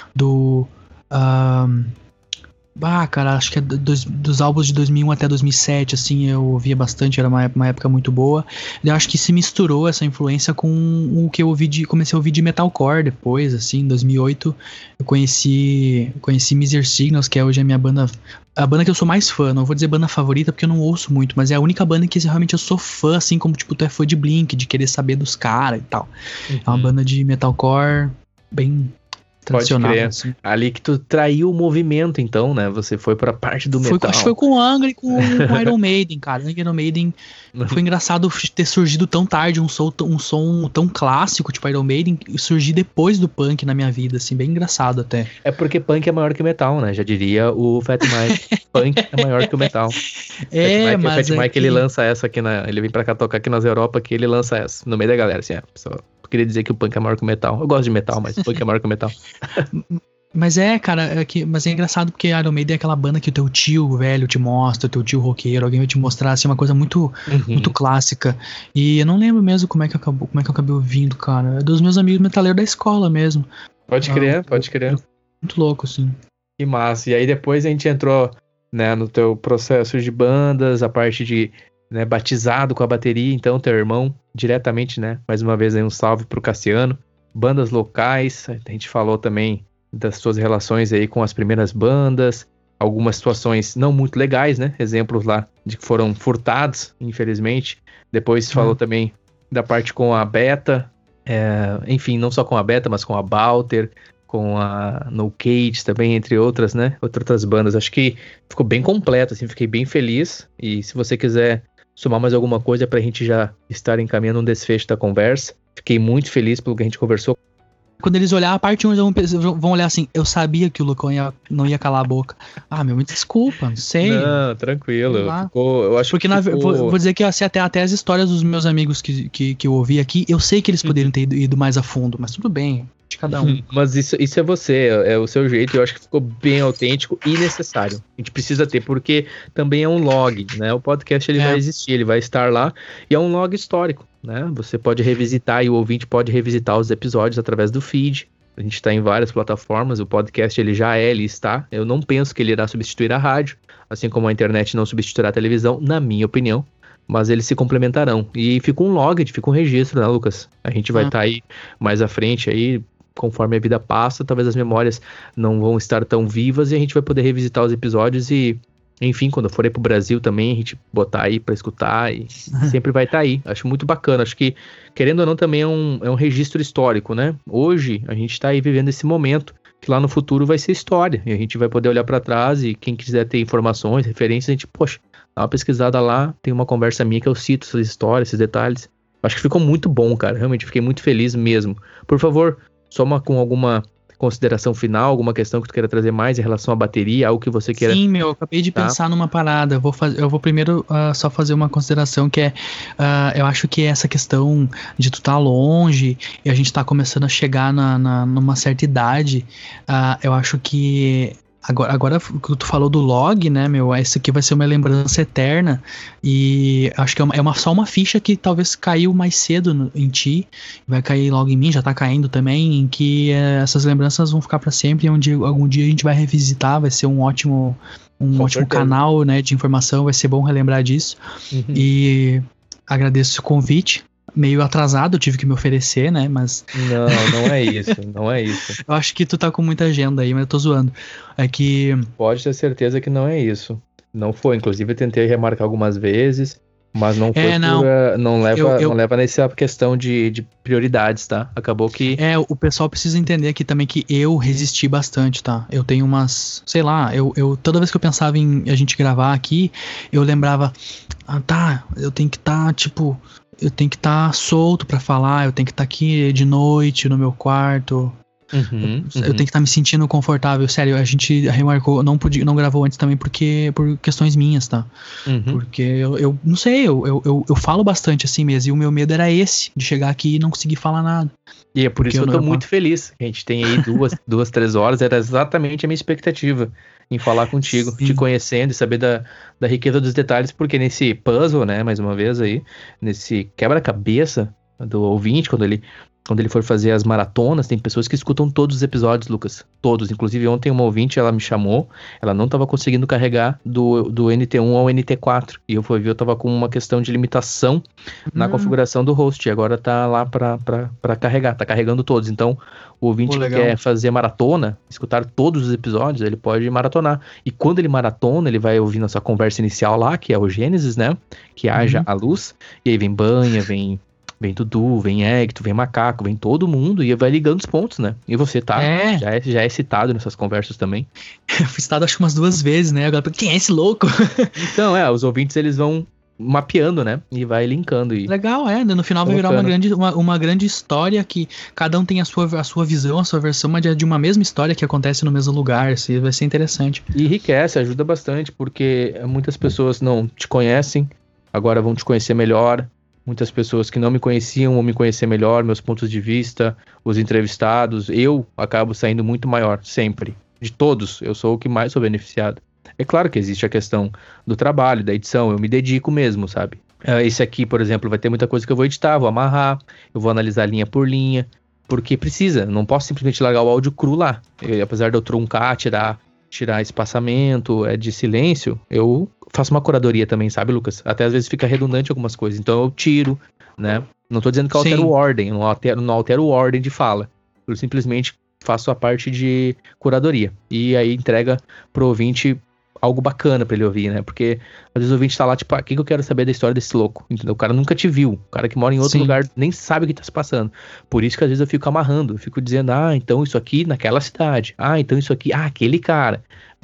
Speaker 3: cara, acho que dos álbuns de 2001 até 2007, assim, eu ouvia bastante, era uma época muito boa. Eu acho que se misturou essa influência com o que eu comecei a ouvir de metalcore depois, assim, em 2008 eu conheci Miser Signals, que é hoje a minha banda, a banda que eu sou mais fã. Não vou dizer banda favorita porque eu não ouço muito, mas é a única banda que realmente eu sou fã, assim como tipo tu é fã de Blink, de querer saber dos caras e tal. É uma banda de metalcore bem tradicional.
Speaker 2: Pode crer.
Speaker 3: Assim.
Speaker 2: Ali que tu traiu o movimento, então, né? Você foi pra parte do metal.
Speaker 3: Acho que foi com o Angra e com o Iron Maiden, cara. O Iron Maiden foi engraçado ter surgido tão tarde, um som tão clássico, tipo Iron Maiden, surgir depois do punk na minha vida, assim, bem engraçado até.
Speaker 2: É porque punk é maior que o metal, né? Já diria o Fat Mike. Punk é maior que o metal. O Fat Mike, ele lança essa aqui ele vem pra cá tocar aqui nas Europa, que ele lança essa, no meio da galera, assim, pessoal. Eu queria dizer que o punk é maior que o metal. Eu gosto de metal, mas o punk é maior que o metal.
Speaker 3: Mas cara, mas é engraçado porque Iron Maiden é aquela banda que o teu tio velho te mostra, o teu tio roqueiro, alguém vai te mostrar, assim, uma coisa muito, muito clássica. E eu não lembro mesmo como é que eu acabei ouvindo, cara. É dos meus amigos metaleiros da escola mesmo.
Speaker 2: Pode crer.
Speaker 3: Muito louco, assim.
Speaker 2: Que massa. E aí depois a gente entrou, né, no teu processo de bandas, a parte de, né, batizado com a bateria, então teu irmão diretamente, né, mais uma vez aí um salve pro Cassiano. Bandas locais, a gente falou também das suas relações aí com as primeiras bandas, algumas situações não muito legais, né, exemplos lá de que foram furtados, infelizmente. Depois falou também da parte com a Beta, enfim, não só com a Beta, mas com a Balter, com a No Cage também, entre outras, né, outras bandas. Acho que ficou bem completo, assim, fiquei bem feliz. E se você quiser somar mais alguma coisa pra gente já estar encaminhando um desfecho da conversa, fiquei muito feliz pelo que a gente conversou.
Speaker 3: Quando eles olharem a parte 1, eles vão olhar assim, eu sabia que o Lucão não ia calar a boca. Me desculpa, não sei.
Speaker 2: Não, tranquilo. Eu acho
Speaker 3: porque
Speaker 2: que
Speaker 3: vou dizer que assim, até as histórias dos meus amigos que eu ouvi aqui, eu sei que eles poderiam ter ido mais a fundo, mas tudo bem, de cada um.
Speaker 2: Mas isso é você, é o seu jeito, eu acho que ficou bem autêntico e necessário. A gente precisa ter, porque também é um log, né? O podcast ele vai existir, ele vai estar lá, e é um log histórico, né? Você pode revisitar, e o ouvinte pode revisitar os episódios através do feed. A gente está em várias plataformas, o podcast ele está. Eu não penso que ele irá substituir a rádio, assim como a internet não substituirá a televisão, na minha opinião. Mas eles se complementarão. E fica um log, fica um registro, né, Lucas? A gente vai estar aí mais à frente, aí, conforme a vida passa, talvez as memórias não vão estar tão vivas e a gente vai poder revisitar os episódios e, enfim, quando eu for aí pro Brasil também, a gente botar aí pra escutar e sempre vai estar aí. Acho muito bacana. Acho que, querendo ou não, também é um registro histórico, né? Hoje, a gente tá aí vivendo esse momento que lá no futuro vai ser história. E a gente vai poder olhar pra trás e quem quiser ter informações, referências, a gente, poxa, Dá uma pesquisada lá, tem uma conversa minha que eu cito essas histórias, esses detalhes. Acho que ficou muito bom, cara. Realmente fiquei muito feliz mesmo. Por favor, soma com alguma consideração final, alguma questão que tu queira trazer mais em relação à bateria, algo que você queira...
Speaker 3: Sim, eu acabei de pensar numa parada. Eu vou primeiro só fazer uma consideração que é... eu acho que essa questão de tu tá longe e a gente tá começando a chegar numa certa idade, eu acho que... Agora que tu falou do log, né, meu, isso aqui vai ser uma lembrança eterna e acho que só uma ficha que talvez caiu mais cedo em ti, vai cair logo em mim, já tá caindo também, em que essas lembranças vão ficar pra sempre e algum dia a gente vai revisitar, vai ser um ótimo canal, né, de informação, vai ser bom relembrar disso. E agradeço o convite. Meio atrasado, eu tive que me oferecer, né, mas...
Speaker 2: Não é isso, não é isso.
Speaker 3: Eu acho que tu tá com muita agenda aí, mas eu tô zoando. É que...
Speaker 2: Pode ter certeza que não é isso. Não foi, inclusive eu tentei remarcar algumas vezes, mas não foi não leva nessa questão de prioridades, tá? Acabou que...
Speaker 3: o pessoal precisa entender aqui também que eu resisti bastante, tá? Eu tenho umas... Sei lá, toda vez que eu pensava em a gente gravar aqui, eu lembrava... eu tenho que estar, eu tenho que estar solto pra falar, eu tenho que estar aqui de noite no meu quarto. Eu tenho que estar me sentindo confortável. Sério, a gente remarcou, não gravou antes também por questões minhas, tá? Porque eu não sei, eu falo bastante assim mesmo, e o meu medo era esse, de chegar aqui e não conseguir falar nada.
Speaker 2: E é por isso que eu tô muito feliz. A gente tem aí 3 horas, era exatamente a minha expectativa em falar contigo, te conhecendo e saber da riqueza dos detalhes, porque nesse puzzle, né, mais uma vez aí, nesse quebra-cabeça do ouvinte, quando ele for fazer as maratonas, tem pessoas que escutam todos os episódios, Lucas. Todos. Inclusive, ontem uma ouvinte, ela me chamou, ela não estava conseguindo carregar do NT1 ao NT4. E eu fui ver, eu tava com uma questão de limitação na configuração do host. E agora tá lá pra carregar, tá carregando todos. Então, o ouvinte que quer fazer maratona, escutar todos os episódios, ele pode maratonar. E quando ele maratona, ele vai ouvir nossa conversa inicial lá, que é o Gênesis, né? Que haja a luz. E aí vem Banha, vem Dudu, vem Hector, vem Macaco, vem todo mundo e vai ligando os pontos, né? E você tá, já é citado nessas conversas também.
Speaker 3: Eu fui citado acho que umas 2 vezes, né? Agora, quem é esse louco?
Speaker 2: Então, os ouvintes eles vão mapeando, né? E vai linkando.
Speaker 3: Legal, no final vai virar uma grande história que cada um tem a sua visão, a sua versão, mas de uma mesma história que acontece no mesmo lugar. Assim, vai ser interessante.
Speaker 2: E enriquece, ajuda bastante, porque muitas pessoas não te conhecem, agora vão te conhecer melhor. Muitas pessoas que não me conheciam vão me conhecer melhor, meus pontos de vista, os entrevistados. Eu acabo saindo muito maior, sempre. De todos, eu sou o que mais sou beneficiado. É claro que existe a questão do trabalho, da edição, eu me dedico mesmo, sabe? Esse aqui, por exemplo, vai ter muita coisa que eu vou editar, vou amarrar, eu vou analisar linha por linha, porque precisa, não posso simplesmente largar o áudio cru lá. Apesar de eu truncar, tirar espaçamento, de silêncio, eu faço uma curadoria também, sabe, Lucas? Até às vezes fica redundante algumas coisas, então eu tiro, né? Não tô dizendo que eu altero ordem, não altero ordem de fala. Eu simplesmente faço a parte de curadoria. E aí entrega pro ouvinte algo bacana pra ele ouvir, né? Porque às vezes o ouvinte tá lá, tipo, o que eu quero saber da história desse louco? Entendeu? O cara nunca te viu. O cara que mora em outro lugar nem sabe o que tá se passando. Por isso que às vezes eu fico amarrando. Eu fico dizendo, então isso aqui naquela cidade. Então isso aqui, aquele cara.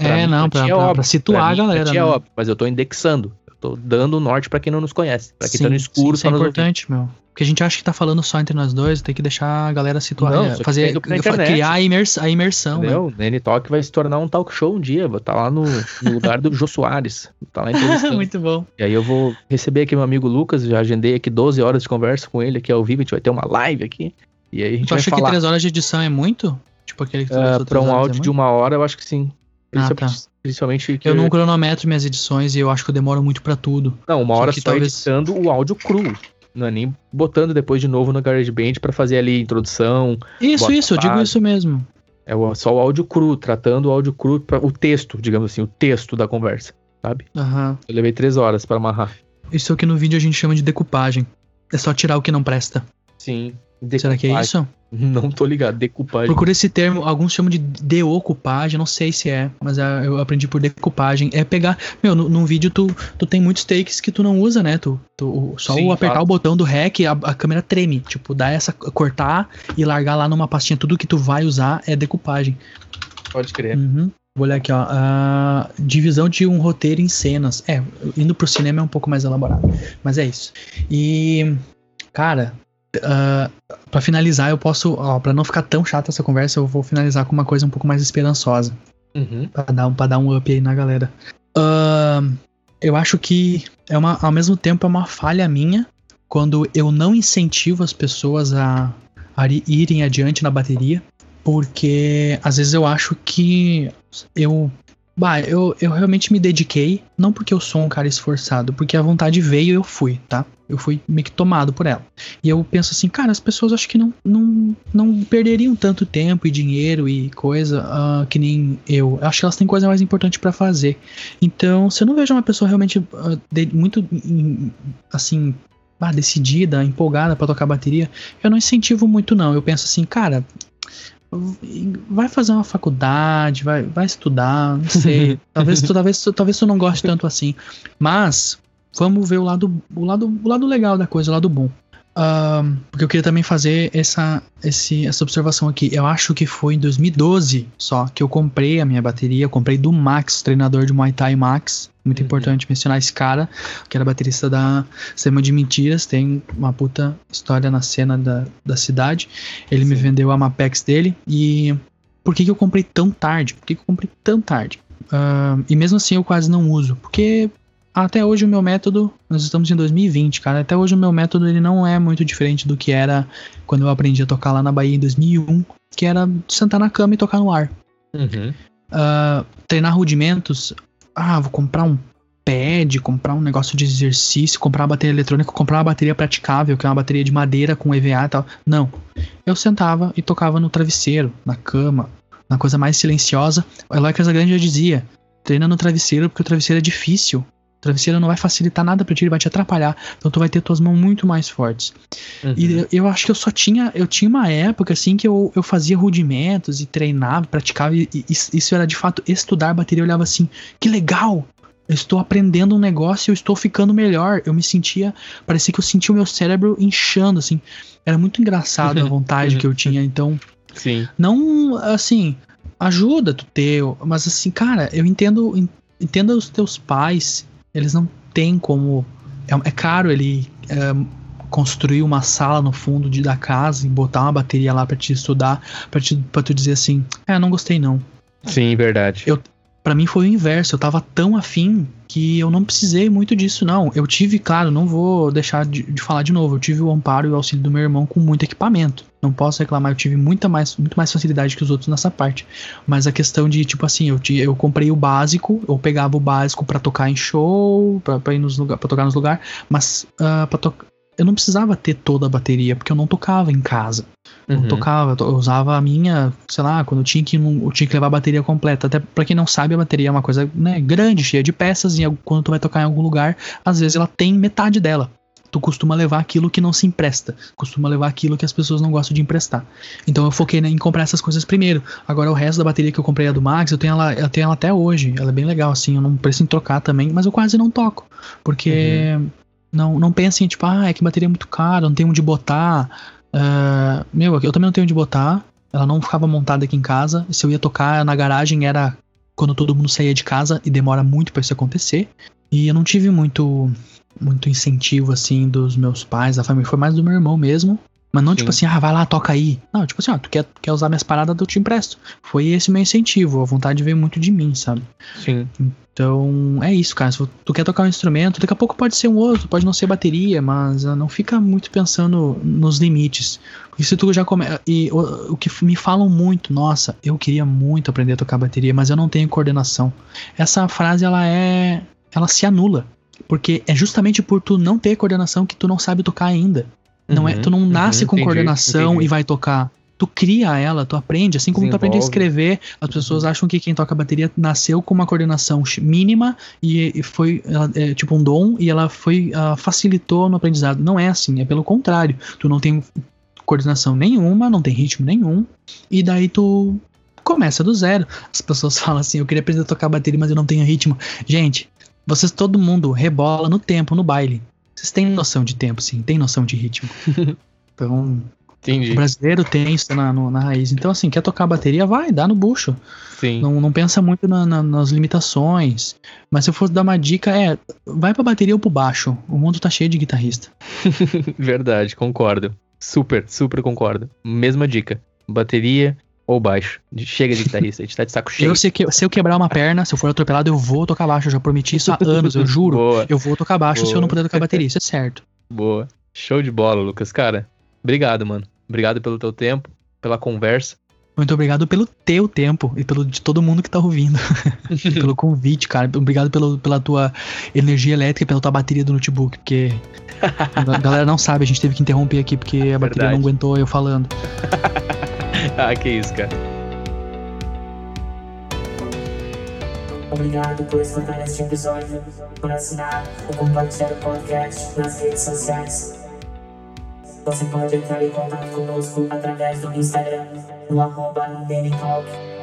Speaker 3: Pra situar a galera.
Speaker 2: É óbvio, mas eu tô indexando. Eu tô dando o norte pra quem não nos conhece. Pra quem tá no escuro,
Speaker 3: isso é importante, meu. Porque a gente acha que tá falando só entre nós dois, tem que deixar a galera situar, criar a imersão.
Speaker 2: Entendeu? O N-Talk vai se tornar um talk show um dia, vou estar lá no lugar do Jô Soares, tá lá entrevistando.
Speaker 3: Muito bom.
Speaker 2: E aí eu vou receber aqui meu amigo Lucas, já agendei aqui 12 horas de conversa com ele aqui ao vivo, a gente vai ter uma live aqui, e aí a gente vai falar.
Speaker 3: Tu acha que 3 horas de edição é muito? Tipo aquele que tu
Speaker 2: pra um áudio de 1 hora, eu acho que sim. Principalmente que
Speaker 3: eu não cronometro minhas edições e eu acho que eu demoro muito pra tudo.
Speaker 2: Não, 1 hora só editando o áudio cru. Não é nem botando depois de novo no GarageBand pra fazer ali introdução.
Speaker 3: Isso, eu digo isso mesmo.
Speaker 2: É só o áudio cru, tratando o áudio cru, o texto, digamos assim, o texto da conversa, sabe? Eu levei 3 horas pra amarrar.
Speaker 3: Isso é o que no vídeo a gente chama de decupagem. É só tirar o que não presta.
Speaker 2: Sim.
Speaker 3: Decupagem. Será que é isso?
Speaker 2: Não tô ligado, decupagem.
Speaker 3: Procura esse termo, alguns chamam de deocupagem, não sei se é, mas eu aprendi por decupagem. É pegar, num vídeo tu tem muitos takes que tu não usa, né? Só apertar o botão do REC, a câmera treme. Tipo, cortar e largar lá numa pastinha tudo que tu vai usar é decupagem.
Speaker 2: Pode crer.
Speaker 3: Vou olhar aqui, ó. Divisão de um roteiro em cenas. Indo pro cinema é um pouco mais elaborado. Mas é isso. E, cara, pra finalizar, eu posso... pra não ficar tão chata essa conversa, eu vou finalizar com uma coisa um pouco mais esperançosa.
Speaker 2: Uhum.
Speaker 3: Pra dar um up aí na galera. Eu acho que, ao mesmo tempo, é uma falha minha quando eu não incentivo as pessoas a irem adiante na bateria. Porque às vezes eu acho que eu realmente me dediquei, não porque eu sou um cara esforçado, porque a vontade veio e eu fui, tá? Eu fui meio que tomado por ela. E eu penso assim, cara, as pessoas acho que não perderiam tanto tempo e dinheiro e coisa que nem eu. Acho que elas têm coisa mais importante pra fazer. Então, se eu não vejo uma pessoa realmente muito, assim, decidida, empolgada pra tocar bateria, eu não incentivo muito não. Eu penso assim, cara... vai fazer uma faculdade, vai estudar, não sei. talvez tu não goste tanto assim. Mas vamos ver o lado legal da coisa, o lado bom. Porque eu queria também fazer essa observação aqui. Eu acho que foi em 2012 só que eu comprei a minha bateria. Eu comprei do Max, treinador de Muay Thai Max. Muito importante mencionar esse cara, que era baterista da Cinema de Mentiras. Tem uma puta história na cena da cidade. Ele me vendeu a Mapex dele. E por que eu comprei tão tarde? E mesmo assim eu quase não uso. Porque até hoje o meu método... Nós estamos em 2020, cara. Até hoje o meu método ele não é muito diferente do que era quando eu aprendi a tocar lá na Bahia em 2001. Que era sentar na cama e tocar no ar. Treinar rudimentos... vou comprar um pad, comprar um negócio de exercício, comprar uma bateria eletrônica, comprar uma bateria praticável, que é uma bateria de madeira com EVA e tal. Não. Eu sentava e tocava no travesseiro, na cama, na coisa mais silenciosa. O Eloy Casagrande já dizia, treina no travesseiro porque o travesseiro é difícil. O travesseiro não vai facilitar nada pra ti, ele vai te atrapalhar. Então tu vai ter tuas mãos muito mais fortes. E eu acho que eu tinha uma época assim que eu fazia rudimentos e treinava, praticava, e isso era de fato estudar bateria. Eu olhava assim, que legal! Eu estou aprendendo um negócio e eu estou ficando melhor. Parecia que eu sentia o meu cérebro inchando, assim. Era muito engraçado a vontade que eu tinha, então... Sim. Não, assim, ajuda tu ter, mas assim, cara, eu entendo os teus pais, eles não têm como... É caro ele construir uma sala no fundo da casa e botar uma bateria lá pra te estudar, pra tu dizer assim, não gostei não.
Speaker 2: Sim, verdade.
Speaker 3: Pra mim foi o inverso, eu tava tão afim que eu não precisei muito disso não. Eu tive, claro, não vou deixar de falar de novo, eu tive o amparo e o auxílio do meu irmão com muito equipamento. Não posso reclamar, eu tive muito mais facilidade que os outros nessa parte. Mas a questão de, tipo assim, eu comprei o básico, eu pegava o básico pra tocar em show, pra ir pra tocar nos lugares, mas eu não precisava ter toda a bateria, porque eu não tocava em casa. Não tocava, eu usava a minha, sei lá, quando eu tinha que levar a bateria completa. Até pra quem não sabe, a bateria é uma coisa, né, grande, cheia de peças, e quando tu vai tocar em algum lugar, às vezes ela tem metade dela. Tu costuma levar aquilo que não se empresta, costuma levar aquilo que as pessoas não gostam de emprestar. Então eu foquei em comprar essas coisas primeiro. Agora o resto da bateria que eu comprei, a do Max, eu tenho ela até hoje. Ela é bem legal, assim, eu não preciso em trocar também, mas eu quase não toco. Porque não pensem, tipo, é que bateria é muito cara, não tem onde botar. Eu também não tenho onde botar. Ela não ficava montada aqui em casa. Se eu ia tocar na garagem era quando todo mundo saía de casa, e demora muito pra isso acontecer. E eu não tive muito incentivo, assim, dos meus pais, da família. Foi mais do meu irmão mesmo. Mas não, tipo assim, vai lá, toca aí. Não, tipo assim, tu quer usar minhas paradas, eu te empresto. Foi esse meu incentivo. A vontade veio muito de mim, sabe? Sim. Então, é isso, cara. Se tu quer tocar um instrumento, daqui a pouco pode ser um outro, pode não ser bateria, mas não fica muito pensando nos limites. Porque se tu já começa... E o que me falam muito, nossa, eu queria muito aprender a tocar bateria, mas eu não tenho coordenação. Essa frase, ela se anula. Porque é justamente por tu não ter coordenação que tu não sabe tocar ainda. Tu não nasce com coordenação e vai tocar. Tu cria ela, tu aprende. Assim como tu aprende a escrever, as pessoas acham que quem toca bateria nasceu com uma coordenação mínima e foi tipo um dom, e ela facilitou no aprendizado. Não é assim, é pelo contrário. Tu não tem coordenação nenhuma, não tem ritmo nenhum, e daí tu começa do zero. As pessoas falam assim, eu queria aprender a tocar bateria, mas eu não tenho ritmo. Gente, todo mundo rebola no tempo, no baile. Vocês têm noção de tempo, sim, tem noção de ritmo. Então,
Speaker 2: Entendi.
Speaker 3: O brasileiro tem isso na raiz. Então, assim, quer tocar bateria? Vai, dá no bucho.
Speaker 2: Sim.
Speaker 3: Não pensa muito nas limitações. Mas se eu fosse dar uma dica, vai pra bateria ou pro baixo. O mundo tá cheio de guitarrista.
Speaker 2: Verdade, concordo. Super, super concordo. Mesma dica. Bateria ou baixo. Chega de guitarrista, a gente tá de saco cheio.
Speaker 3: Se eu quebrar uma perna, se eu for atropelado, eu vou tocar baixo. Eu já prometi isso há anos, eu juro.
Speaker 2: Boa.
Speaker 3: Eu vou tocar baixo se eu não puder tocar bateria, isso é certo.
Speaker 2: Boa. Show de bola, Lucas. Cara, obrigado, mano. Obrigado pelo teu tempo, pela conversa.
Speaker 3: Muito obrigado pelo teu tempo e pelo de todo mundo que tá ouvindo. Pelo convite, cara. Obrigado pela tua energia elétrica e pela tua bateria do notebook, porque a galera não sabe, a gente teve que interromper aqui porque a bateria não aguentou eu falando.
Speaker 2: Ah, que isso, cara.
Speaker 1: Obrigado por escutar este episódio, por assinar ou compartilhar o podcast nas redes sociais. Você pode entrar em contato conosco através do Instagram, no @NNTalk.